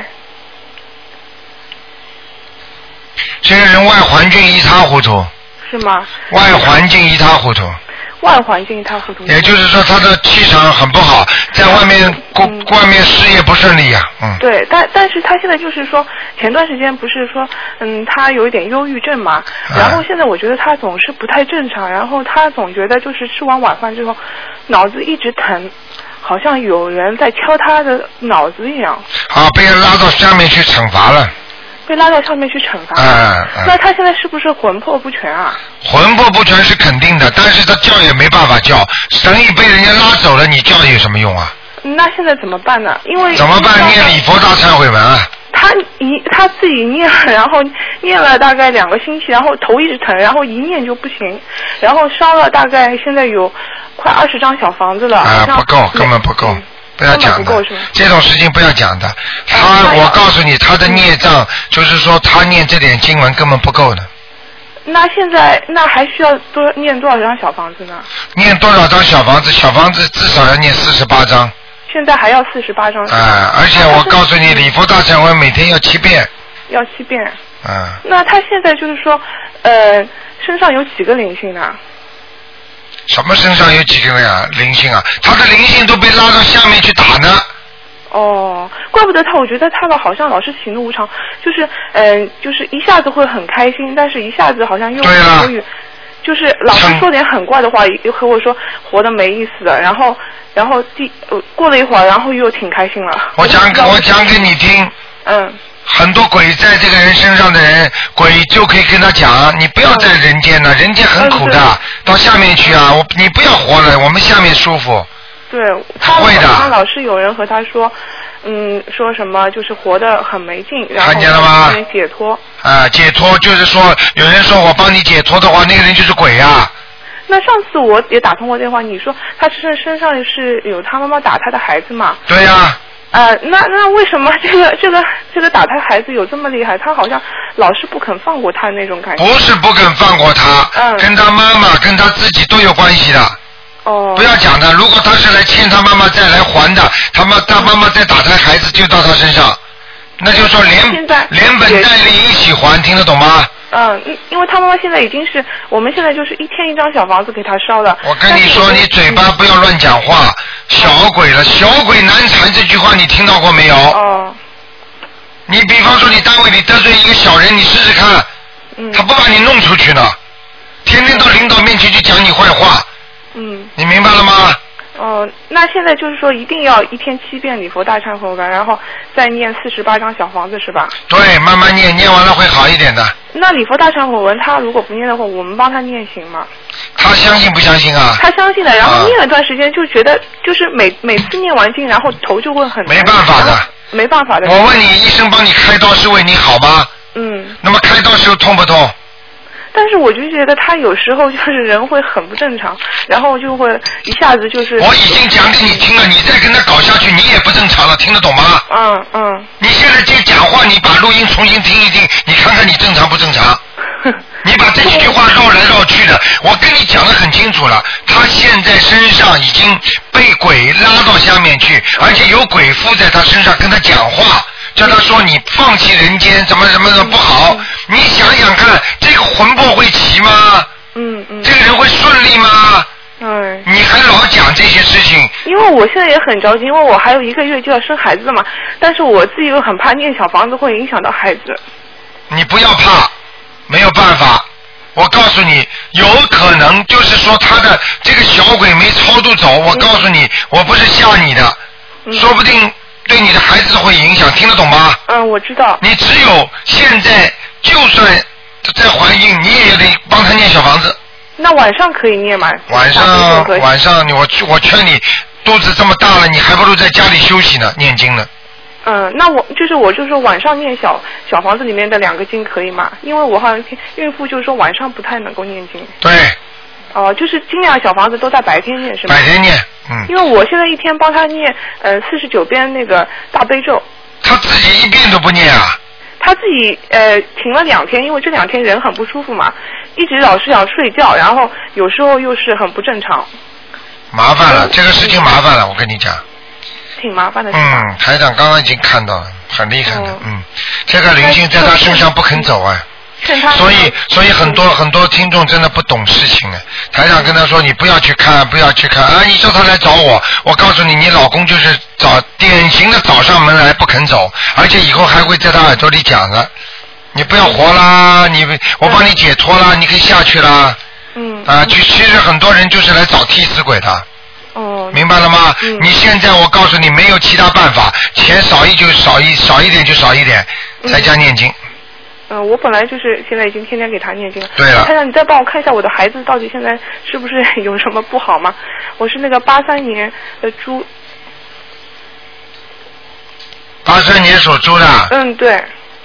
这个人外环境一塌糊涂。 是吗？ 外环境一塌糊涂。 外环境一塌糊涂。 也就是说，他的气场很不好，在外面事业不顺利呀。 对，但是他现在就是说，前段时间不是说，他有一点忧郁症嘛，然后现在我觉得他总是不太正常，然后他总觉得就是吃完晚饭之后，脑子一直疼，好像有人在敲他的脑子一样。 被人拉到下面去惩罚了。 被拉到上面去惩罚。那他现在是不是魂魄不全啊？ 魂魄不全是肯定的，但是他叫也没办法叫，等于被人家拉走了，你叫有什么用啊？ 那现在怎么办呢？因为怎么办？念礼佛大忏悔文啊。 他自己念，然后念了大概2个星期，然后头一直疼，然后一念就不行，然后烧了大概现在有快20张小房子了。 不够，根本不够。不要讲的，这种事情不要讲的。我告诉你，他的孽障就是说，他念这点经文根本不够的。 那现在还需要念多少张小房子呢？ 念多少张小房子？小房子至少要念48张。 现在还要48张。 而且我告诉你，礼佛大忏悔每天要7遍。 要7遍。那他现在就是说，身上有几个灵性呢？ 什么身上有几个灵性啊？他的灵性都被拉到下面去打呢。 哦，怪不得他，我觉得他好像老是喜怒无常，就是一下子会很开心，但是一下子好像又忧郁，就是老是说点很怪的话，又和我说活得没意思的，然后过了一会儿，然后又挺开心了。 我讲给你听。很多鬼在这个人身上的人，鬼就可以跟他讲，你不要在人间了，人间很苦的，到下面去啊，你不要活了，我们下面舒服。 对，他老是有人和他说，说什么就是活得很没劲，然后看见了吗？ 解脱。 解脱就是说，有人说我帮你解脱的话，那个人就是鬼啊。 那上次我也打通过电话，你说他身上是有他妈妈打他的孩子嘛？ 对呀。 那为什么这个打他孩子有这么厉害？他好像老是不肯放过他那种感觉。 不是不肯放过他，跟他妈妈跟他自己都有关系的。不要讲的，如果他是来欠他妈妈再来还的，他妈妈再打他孩子就到他身上，那就是说连本带利一起还，听得懂吗？ 因为他妈妈现在已经是，我们现在就是一天一张小房子给他烧的。 我跟你说，你嘴巴不要乱讲话，小鬼了，小鬼难缠这句话你听到过没有？你比方说你单位里得罪一个小人，你试试看，他不把你弄出去呢，天天到领导面前去讲你坏话。你明白了吗？ 那现在就是说一定要一天7遍礼佛大忏悔文，然后再念48张小房子是吧？ 对，慢慢念，念完了会好一点的。 那礼佛大忏悔文他如果不念的话，我们帮他念行吗？ 他相信不相信啊？ 他相信的，然后念了段时间就觉得就是每次念完经，然后头就会很没办法的， 没办法的。 我问你，医生帮你开刀是为你好吗？那么开刀时候痛不痛？ 但是我就觉得他有时候就是人会很不正常，然后就会一下子就是。 我已经讲给你听了，你再跟他搞下去，你也不正常了，听得懂吗？你现在就讲话，你把录音重新听一听，你看看你正常不正常？你把这几句话绕来绕去的，我跟你讲得很清楚了，他现在身上已经被鬼拉到下面去，而且有鬼附在他身上跟他讲话。叫他说你放弃人间怎么的不好，你想想看，这个魂魄会齐吗？这个人会顺利吗？你还老讲这些事情。 因为我现在也很着急，因为我还有1个月就要生孩子了嘛，但是我自己又很怕念小房子会影响到孩子。 你不要怕，没有办法，我告诉你，有可能就是说他的这个小鬼没超度走，我告诉你，我不是吓你的，说不定对你的孩子会影响，听得懂吗？ 我知道。你只有现在，就算在怀孕，你也得帮他念小房子。 那晚上可以念吗？ 晚上我劝你，肚子这么大了，你还不如在家里休息呢，念经呢。 那我就说晚上念小房子里面的2个经可以吗？因为我好像孕妇就是说晚上不太能够念经。 对。 就是尽量小房子都在白天念是吗？ 白天念。 因为我现在一天帮他念49遍那个大悲咒。 他自己一遍都不念啊？ 他自己停了2天，因为这2天人很不舒服嘛，一直老是想睡觉，然后有时候又是很不正常。 麻烦了，这个事情麻烦了，我跟你讲。 挺麻烦的。 台长刚刚已经看到了，很厉害的。这个灵性在他身上不肯走啊。所以很多听众真的不懂事情啊。台长跟他说你不要去看你叫他来找我，我告诉你，你老公就是典型的找上门来不肯走，而且以后还会在他耳朵里讲的，你不要活啦，我帮你解脱啦，你可以下去啦。其实很多人就是来找替死鬼的。明白了吗？你现在我告诉你，没有其他办法，钱少一点就少一点，在家念经。 我本来就是现在已经天天给他念经了。 对了。 太阳，你再帮我看一下我的孩子到底现在是不是有什么不好吗？我是那个83年的猪。 83年属猪的。 对。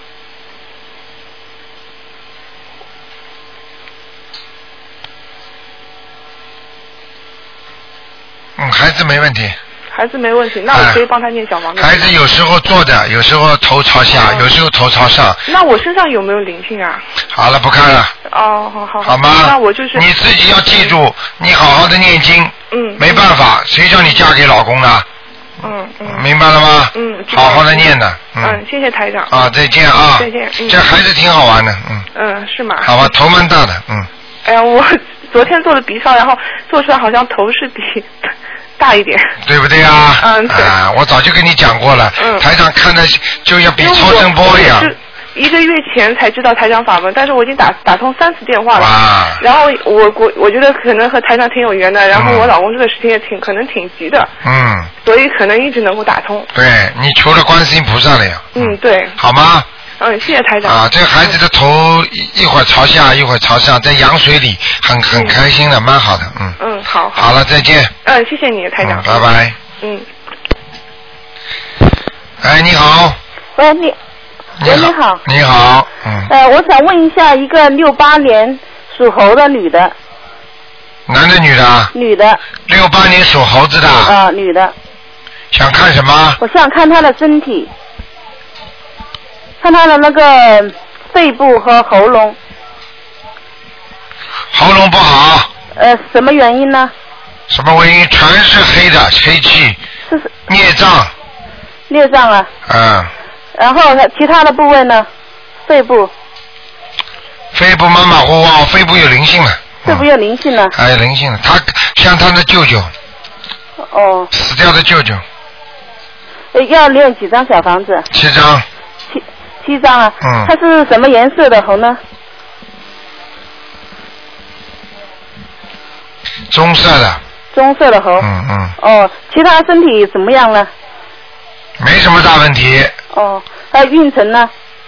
孩子没问题。 孩子没问题，那我可以帮他念小房子。 孩子有时候坐的，有时候头朝下，有时候头朝上。 那我身上有没有灵性啊？ 好了，不看了。好吗？ 那我就是你自己要记住，你好好的念经。没办法，谁叫你嫁给老公呢？明白了吗？好好的念的。 谢谢台长。 再见啊。 再见。 这孩子挺好玩的。 是吗？ 好吧，头蛮大的。 哎呀，我昨天做的 B 超，然后做出来好像头是比大一点。 对不对啊？ 对。 我早就跟你讲过了。台长看的就像比超声波一样。 1个月前才知道台长法门，但是我已经打通3次电话了。然后我觉得可能和台长挺有缘的，然后我老公这个事情也可能挺急的。所以可能一直能够打通。 对，你求了观世音菩萨了呀。 对。 好吗？ 谢谢台长。 这个孩子的头一会儿朝下，一会儿朝上，在羊水里，很开心的，蛮好的。 好。 好了，再见。 谢谢你，台长。 拜拜。哎，你好。 喂，你好。 你好。 我想问一下，一个68年属猴的女的。 男的女的？ 女的。 68年属猴子的。 女的。 想看什么？ 我想看她的身体，看她的那个肺部和喉咙。 喉咙不好。 什么原因呢？ 什么原因？全是黑的黑气。 是孽障。 孽障啊。然后其他的部位呢？肺部。 肺部马马虎虎，肺部有灵性了。 肺部有灵性了。 有灵性了，他像他的舅舅。死掉的舅舅。 要练几张小房子 ？7张。 7张啊。它是什么颜色的猴呢？ 棕色的。 棕色的猴。其他身体怎么样呢？ 没什么大问题。 还有运程呢？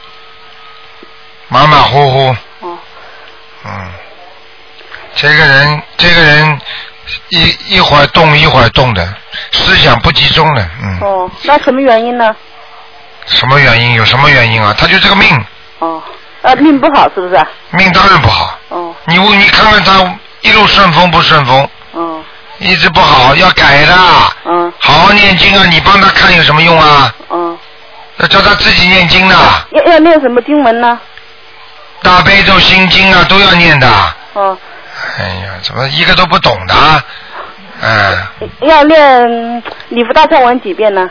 马马虎虎。这个人一会儿动一会儿动的，思想不集中的。 那什么原因呢？ 什么原因？有什么原因啊？他就这个命。 命不好是不是？ 命当然不好。你看看他一路顺风不顺风？一直不好，要改的。好好念经啊！你帮他看有什么用啊？要叫他自己念经的。 要念什么经文呢？ 大悲咒、心经啊，都要念的。哎呀，怎么一个都不懂的？ 要念礼佛大忏文几遍呢？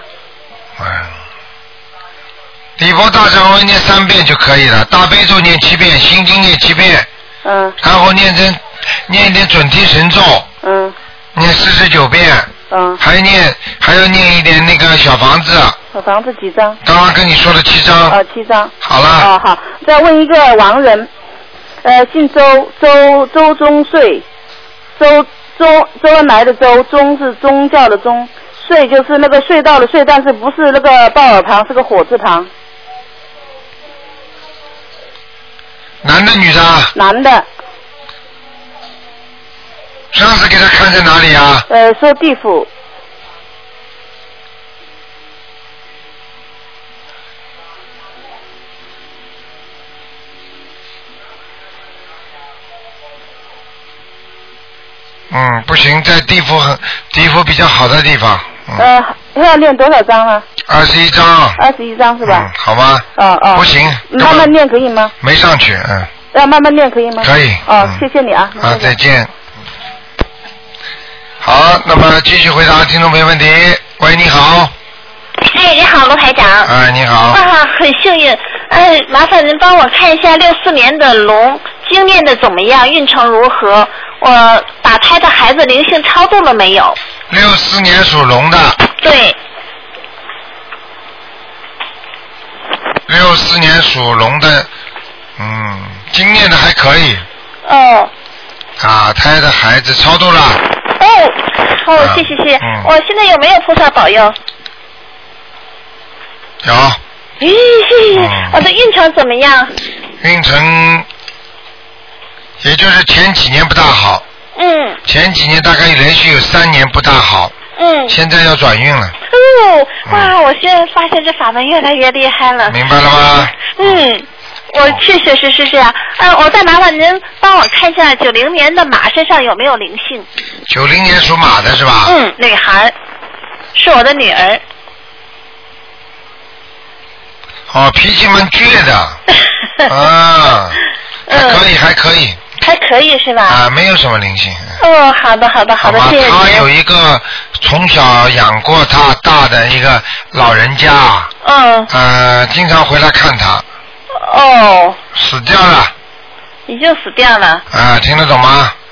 礼佛大忏文念3遍就可以了，大悲咒念7遍，心经念7遍。然后念一点准提神咒。念49遍。还要念一点那个小房子。 小房子几张？ 刚刚跟你说的7张。 7张。 好了。 好。再问一个亡人，姓周中岁，周恩来的周，宗是宗教的宗，隧就是那个隧道的隧，但是不是那个鲍尔旁，是个火字旁。 男的女的？ 男的。 上次给他看在哪里啊？ 说地府。 不行，在地府比较好的地方。 要练多少张啊 ？21张。 21张是吧？ 好吗？不行。 慢慢练可以吗？ 没上去， 要慢慢练可以吗？ 可以。 谢谢你啊。 再见。好，那么继续回答听众朋友问题。喂，你好。 你好，卢台长。 你好。 很幸运。麻烦您帮我看一下64年的龙经念的怎么样，运程如何？我打胎的孩子灵性超度了没有 ？64年属龙的。 对。 64年属龙的，经念的还可以。打胎的孩子超度了。 谢谢。我现在有没有菩萨保佑？ 有。 我的运程怎么样？ 运程也就是前几年不大好。前几年大概连续有3年不大好。现在要转运了。 我现在发现这法门越来越厉害了。 明白了吗？ 我确实是这样。我再麻烦您帮我看一下90年的马身上有没有灵性。 90年属马的是吧？ 女孩，是我的女儿。 脾气蛮倔的。还可以。 还可以是吧？ 没有什么灵性。 好的，谢谢您。 他有一个从小养过他大的一个老人家。经常回来看他。死掉了。 已经死掉了。 听得懂吗？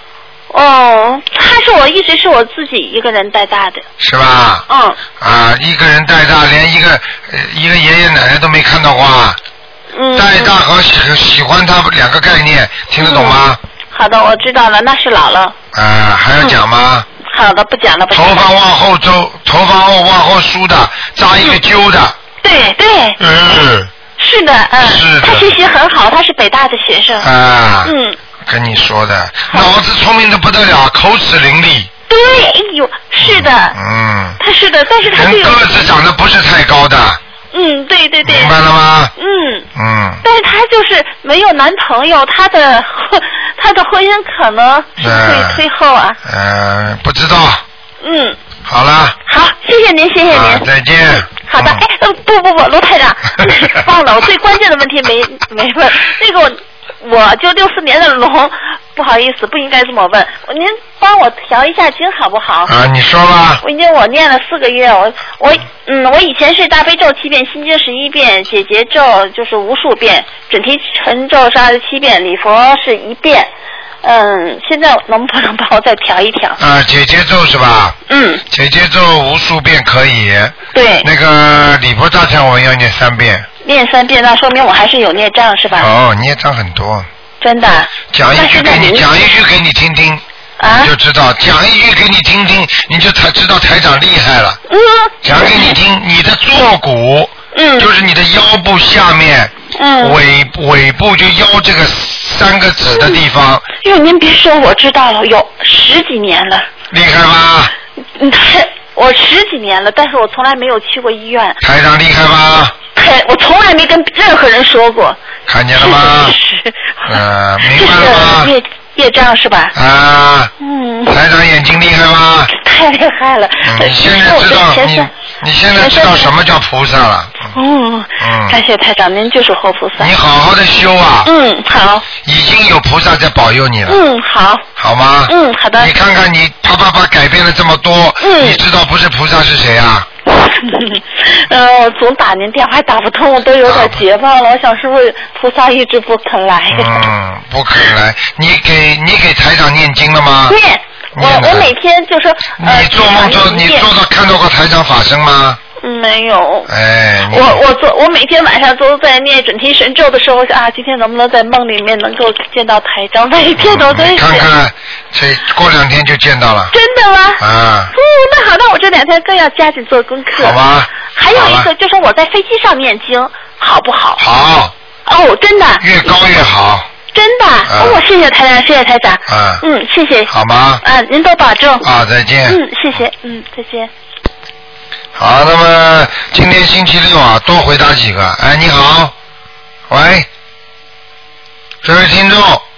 哦，他一直是我自己一个人带大的。 是吧？ 嗯。 啊，一个人带大，连一个爷爷奶奶都没看到过啊。带大和喜欢他两个概念，听得懂吗？ 好的，我知道了，那是老了。 还要讲吗？ 好的，不讲了。 头发往后周，头发往后梳的，扎一个揪的。 对对。是的， 是的。 他学习很好，他是北大的学生。 跟你说的，脑子聪明的不得了，口齿伶俐。 对，哎呦，是的。他是的，但是他人个子长得不是太高的。 对对对。 明白了吗？ 但是他就是没有男朋友，他的婚姻可能是会推后啊。 不知道。好了。 好，谢谢您，谢谢您。 再见。 好的，哎，不，卢台长，忘了，我最关键的问题没问，那个我就64年的龙，不好意思，不应该这么问，您帮我调一下经好不好？ 你说吧。 我念了4个月，我以前是大悲咒7遍，心经11遍，解结咒就是无数遍，准提神咒是27遍，礼佛是1遍。现在能不能帮我再调一调？ 解结咒是吧？解结咒无数遍可以。 对。 那个礼佛大忏悔要念3遍。 念3遍，那说明我还是有孽障是吧？ 孽障很多。 真的。 讲一句给你听听。你就知道，讲一句给你听听，你就才知道台长厉害了。讲给你听，你的坐骨，就是你的腰部下面，尾部就腰这个3个指的地方。 您别说，我知道了，有10几年了。 厉害吗？ 我10几年了，但是我从来没有去过医院。 台长厉害吗？ 我从来没跟任何人说过。 看见了吗？明白了吗？ 业障是吧？ 台长眼睛厉害吗？ 太厉害了！ 你现在知道你现在知道什么叫菩萨了？ 感谢台长，您就是活菩萨。 你好好的修啊！ 好。 已经有菩萨在保佑你了。 好。 好吗？ 好的。 你看看你啪改变了这么多，你知道不是菩萨是谁啊？ 我总打您电话打不通，我都有点结巴了。我想是不是菩萨一直不肯来？ 不肯来。你给台长念经了吗？ 念。我每天就说。 你做梦看到过台长法身吗？ 没有。我每天晚上都在念准提神咒的时候，今天能不能在梦里面能够见到台长？每天都在。 看看，这过2天就见到了。 真的吗？那好，那我这2天更要加紧做功课。 好吧。 还有一个就是我在飞机上念经，好不好？ 好。 真的。 越高越好。 真的。谢谢台长，谢谢台长。谢谢。 好吗？ 您多保重。 再见。 谢谢。再见。 好，那么今天星期6啊，多回答几个。你好，喂，这位听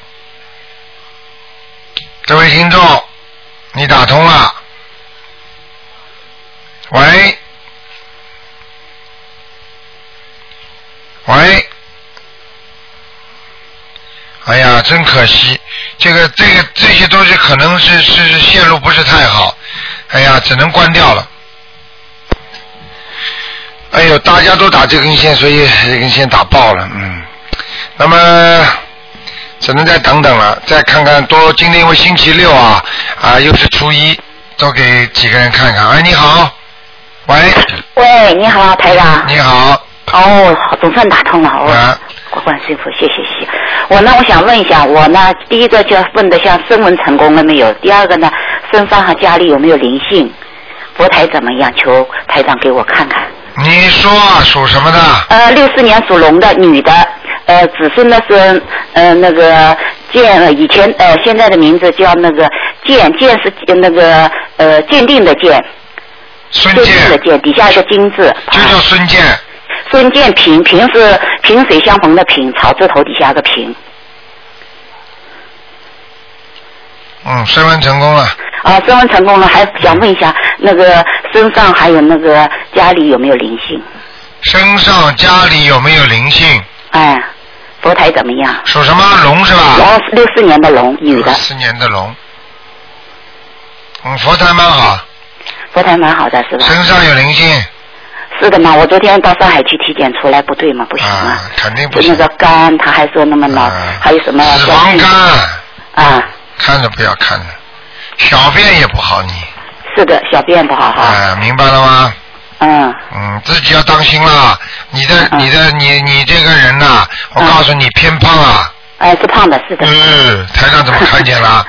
众，你打通了，喂，哎呀，真可惜，这些都是可能是线路不是太好，哎呀，只能关掉了。哎呦，大家都打这根线，所以这根线打爆了，那么只能再等等了，再看看今天因为星期6啊，又是初一，多给几个人看看。你好， 喂，你好，台长。 你好。 总算打通了，观世音菩萨，谢谢。我想问一下，第一个就问的像声纹成功了没有？第二个呢，身上和家里有没有灵性？佛台怎么样？求台长给我看看。 你说属什么的 ？64年属龙的女的，子孙的孙，那个建，以前现在的名字叫那个建是那个鉴定的鉴， 孙建的鉴，底下一个金字， 就叫孙建。 孙建平是萍水相逢的萍，草字头底下个平。 升温成功了。 升温成功了，还想问一下，那个身上还有那个家里有没有灵性？ 身上家里有没有灵性？ 佛台怎么样？ 属什么龙是吧 ？64年的龙，女的。 64年的龙。佛台蛮好。 佛台蛮好的是吧？ 身上有灵性。 是的嘛，我昨天到上海去体检出来不对嘛，不行啊。 肯定不行。 那个肝，他还说那么脑，还有什么？ 脂肪肝。 啊。 看着不要看了。 小便也不好你。 是的，小便不好哈。 哎，明白了吗？自己要当心啦！你这个人呐，我告诉你偏胖啊！ 哎，是胖的，是的。 台长怎么看见了？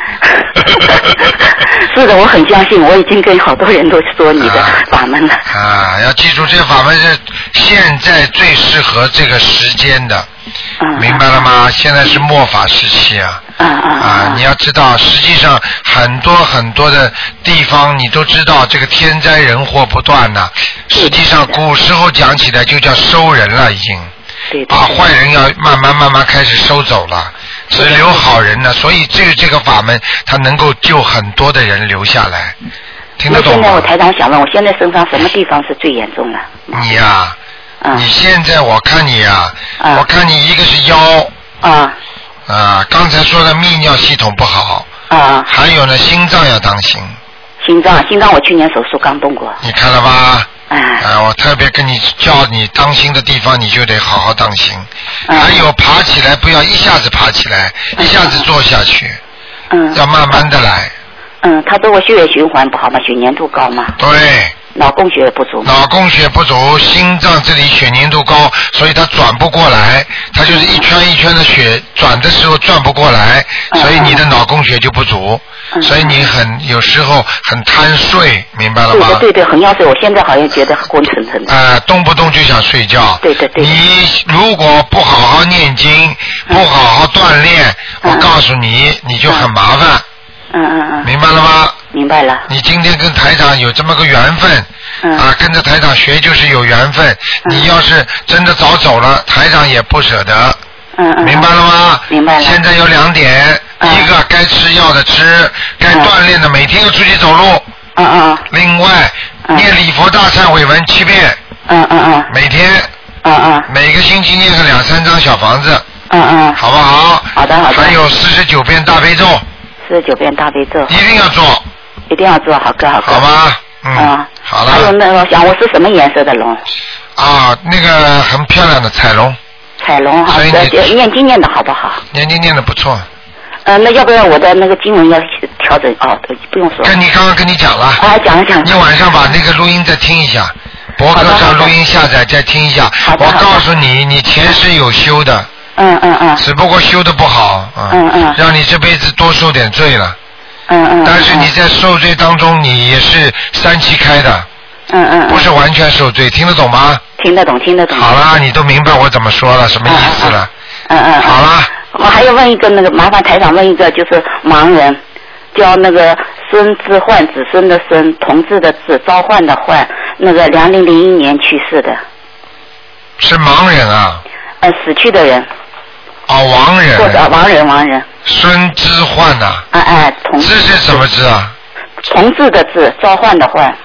是的，我很相信，我已经跟好多人都说你的法门了。 要记住，这个法门是现在最适合这个时间的，明白了吗？现在是末法时期啊。你要知道，实际上很多很多的地方你都知道，这个天灾人祸不断呐。实际上古时候讲起来就叫收人了，已经。把坏人要慢慢开始收走了，只留好人了。所以这个法门，它能够救很多的人留下来。听得懂吗？ 那现在我台长想问，我现在身上什么地方是最严重的？ 你呀，你现在我看你呀，我看你一个是腰。刚才说的泌尿系统不好。还有呢，心脏要当心。 心脏我去年手术刚动过。 你看了吧？我特别跟你叫你当心的地方，你就得好好当心。还有爬起来不要一下子爬起来，一下子坐下去。要慢慢的来。 他对我血液循环不好嘛，血粘度高嘛。 对。 脑供血不足。 脑供血不足，心脏这里血粘度高，所以它转不过来，它就是一圈一圈的血转的时候转不过来，所以你的脑供血就不足。所以你有时候很贪睡，明白了吗？ 对，很要睡。我现在好像觉得昏沉沉的。 动不动就想睡觉。 对。 你如果不好好念经，不好好锻炼，我告诉你，你就很麻烦。明白了吗？ 明白了。 你今天跟台长有这么个缘分，跟着台长学就是有缘分。你要是真的早走了，台长也不舍得。明白了吗？ 明白了。 现在有2点，一个该吃药的吃，该锻炼的每天要出去走路。另外，念礼佛大忏悔文7遍。每天。每个星期念个2-3张小房子。好不好？ 好的。 还有49遍大悲咒。 49遍大悲咒。 一定要做。 好哥。 好吗？好了。 还有那个，想我是什么颜色的龙？ 那个很漂亮的彩龙。 彩龙哈，念经念的好不好？ 念经念的不错。 那要不要我的那个经文要调整？不用说。 刚刚跟你讲了。 讲。 你晚上把那个录音再听一下，博客上录音下载再听一下。我告诉你，你前世有修的。只不过修的不好。让你这辈子多受点罪了。但是你在受罪当中，你也是3期开的。不是完全受罪，听得懂吗？ 听得懂。 好了，你都明白我怎么说了，什么意思了？好了。 我还要问一个那个，麻烦台长问一个，就是盲人，叫那个孙之焕，子孙的孙，同志的志，召唤的唤，那个2001年去世的。 是盲人啊？ 死去的人。 亡人。 或者亡人。 孙之焕呐。 同志。 志是什么志啊？ 同志的志，召唤的唤。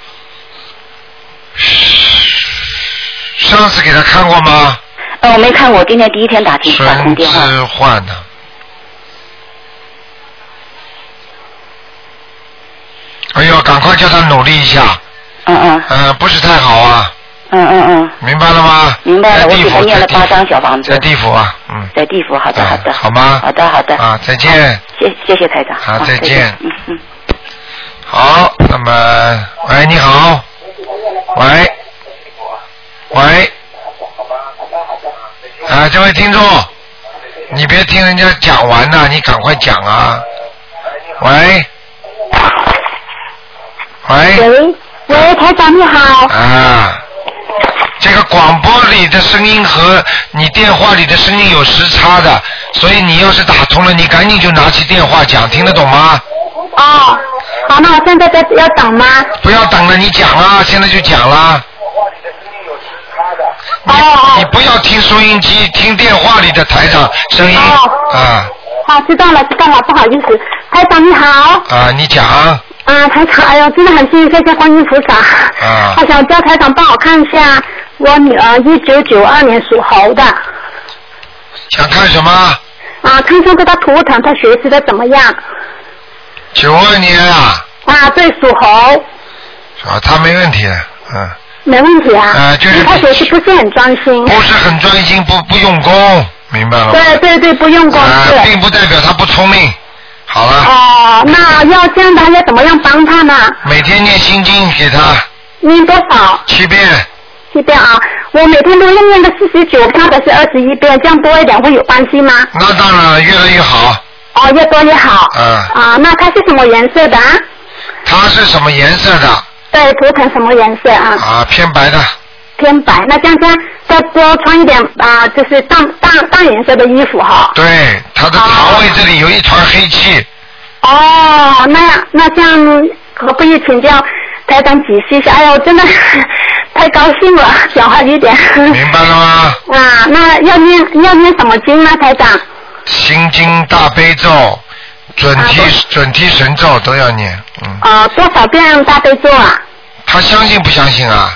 上次给他看过吗？ 我没看过，今天第一天打通电话。 孙之焕的。哎呦，赶快叫他努力一下。不是太好啊。明白了吗？ 明白了，我给他念了8张小房子。 在地府啊。 在地府，好的。 好吗？ 好的。 再见。 谢谢台长。 好，再见。好，那么，喂，你好。喂。这位听众，你别听人家讲完呐，你赶快讲啊。喂， 台长你好。 这个广播里的声音和你电话里的声音有时差的，所以你要是打通了，你赶紧就拿起电话讲，听得懂吗？ 好，那我现在要等吗？ 不要等了，你讲啊，现在就讲了。你不要听收音机，听电话里的台长声音。 好，知道了，不好意思，台长你好。 你讲。 台长，哎呦，真的很谢谢观音菩萨。我想叫台长帮我看一下我女儿1992年属猴的。 想看什么？ 看一下这个图腾，她学习的怎么样 ？92年啊。 对，属猴。 她没问题。 没问题啊。 就是她学习不是很专心。 不是很专心，不用功，明白了吗？ 对，不用功。 并不代表她不聪明。 好了。 哦，那要这样的要怎么样帮他呢？ 每天念心经给他。 念多少 ？7遍。 7遍啊！我每天都要念个49遍，或者是21遍，这样多一点会有关系吗？ 那当然了，越来越好。 哦，越多越好。啊，那它是什么颜色的？ 它是什么颜色的？ 对，图腾什么颜色啊？ 啊，偏白的。 偏白，那这样再多穿一点就是淡颜色的衣服哈。 对，它的肠胃这里有一团黑气。 哦，那这样可不可以请教台长解释一下？哎呦，真的太高兴了，小孩一点。 明白了吗？ 啊，那要念什么经呢，台长？ 心经、大悲咒、准提神咒都要念。 多少遍大悲咒啊？ 他相信不相信啊？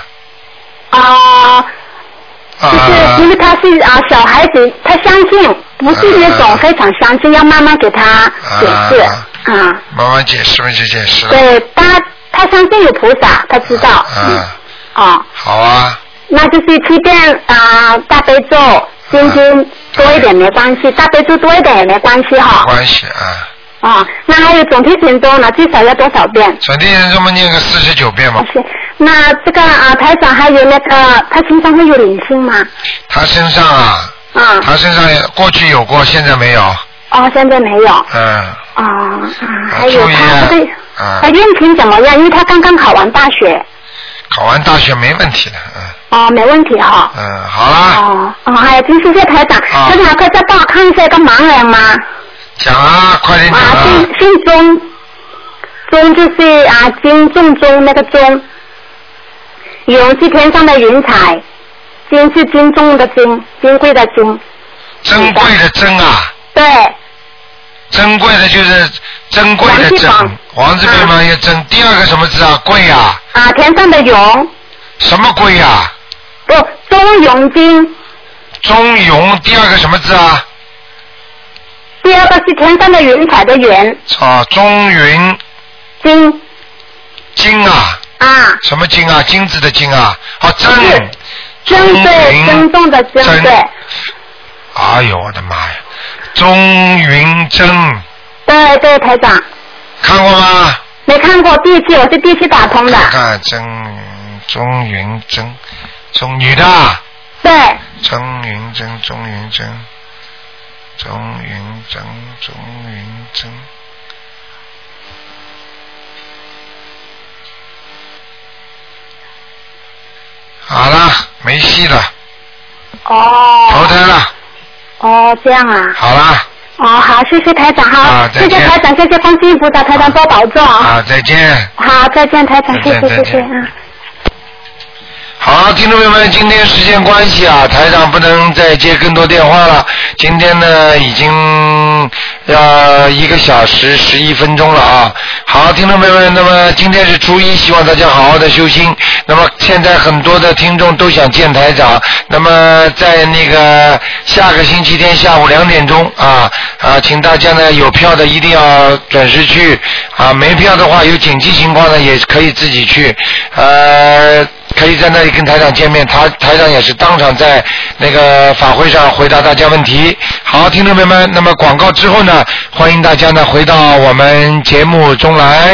就是因为他是小孩子，他相信，不是那种非常相信，要慢慢给他解释。 慢慢解释嘛，就解释了。 对，他相信有菩萨，他知道。 好啊。 那就是7遍大悲咒，心经多一点没关系，大悲咒多一点也没关系哈。 没关系那还有准提神咒呢，最少要多少遍？ 准提神咒嘛，念个49遍嘛。 那这个台长还有那个，他身上会有灵性吗？ 他身上他身上过去有过，现在没有。 现在没有。还有他这个他运程怎么样？因为他刚刚考完大学。 考完大学没问题的。 没问题哈。 好啦。 还有真谢谢台长。台长可以再帮我看一下一个盲人吗？ 讲啊，快点讲啊。 姓钟，钟就是金钟钟那个钟，云是天上的云彩，金是金重的金，金贵的金。 珍贵的珍啊。 对。 珍贵的就是珍贵的珍，王字边旁一个珍。第二个什么字啊？贵啊。 天上的云。 什么贵啊？ 不，中云金。 中云，第二个什么字啊？ 第二个是天上的云彩的云。 中云。 金。 金啊。什么金啊？金子的金啊。珍。 珍对，珍重的珍对。 哎呦我的妈呀！钟云珍。 对对，台长。 看过吗？ 没看过，第一期我是第一期打通的。 看钟云珍，女的。 对。 钟云珍，钟云珍。好了，没戏了。投胎了。 这样啊。 好啦。 好，谢谢台长哈。谢谢台长，谢谢观世音菩萨，台长多保重啊。 再见。 好，再见，台长，谢谢谢谢好，听众朋友们，今天时间关系台长不能再接更多电话了。今天呢，已经要1个小时11分钟了好，听众朋友们，那么今天是初一，希望大家好好的修心。那么现在很多的听众都想见台长，那么在那个下个星期天下午2点钟请大家呢有票的一定要准时去没票的话有紧急情况呢也可以自己去可以在那里跟台长见面，台长也是当场在那个法会上回答大家问题。好，听众朋友们，那么广告之后呢，欢迎大家呢回到我们节目中来。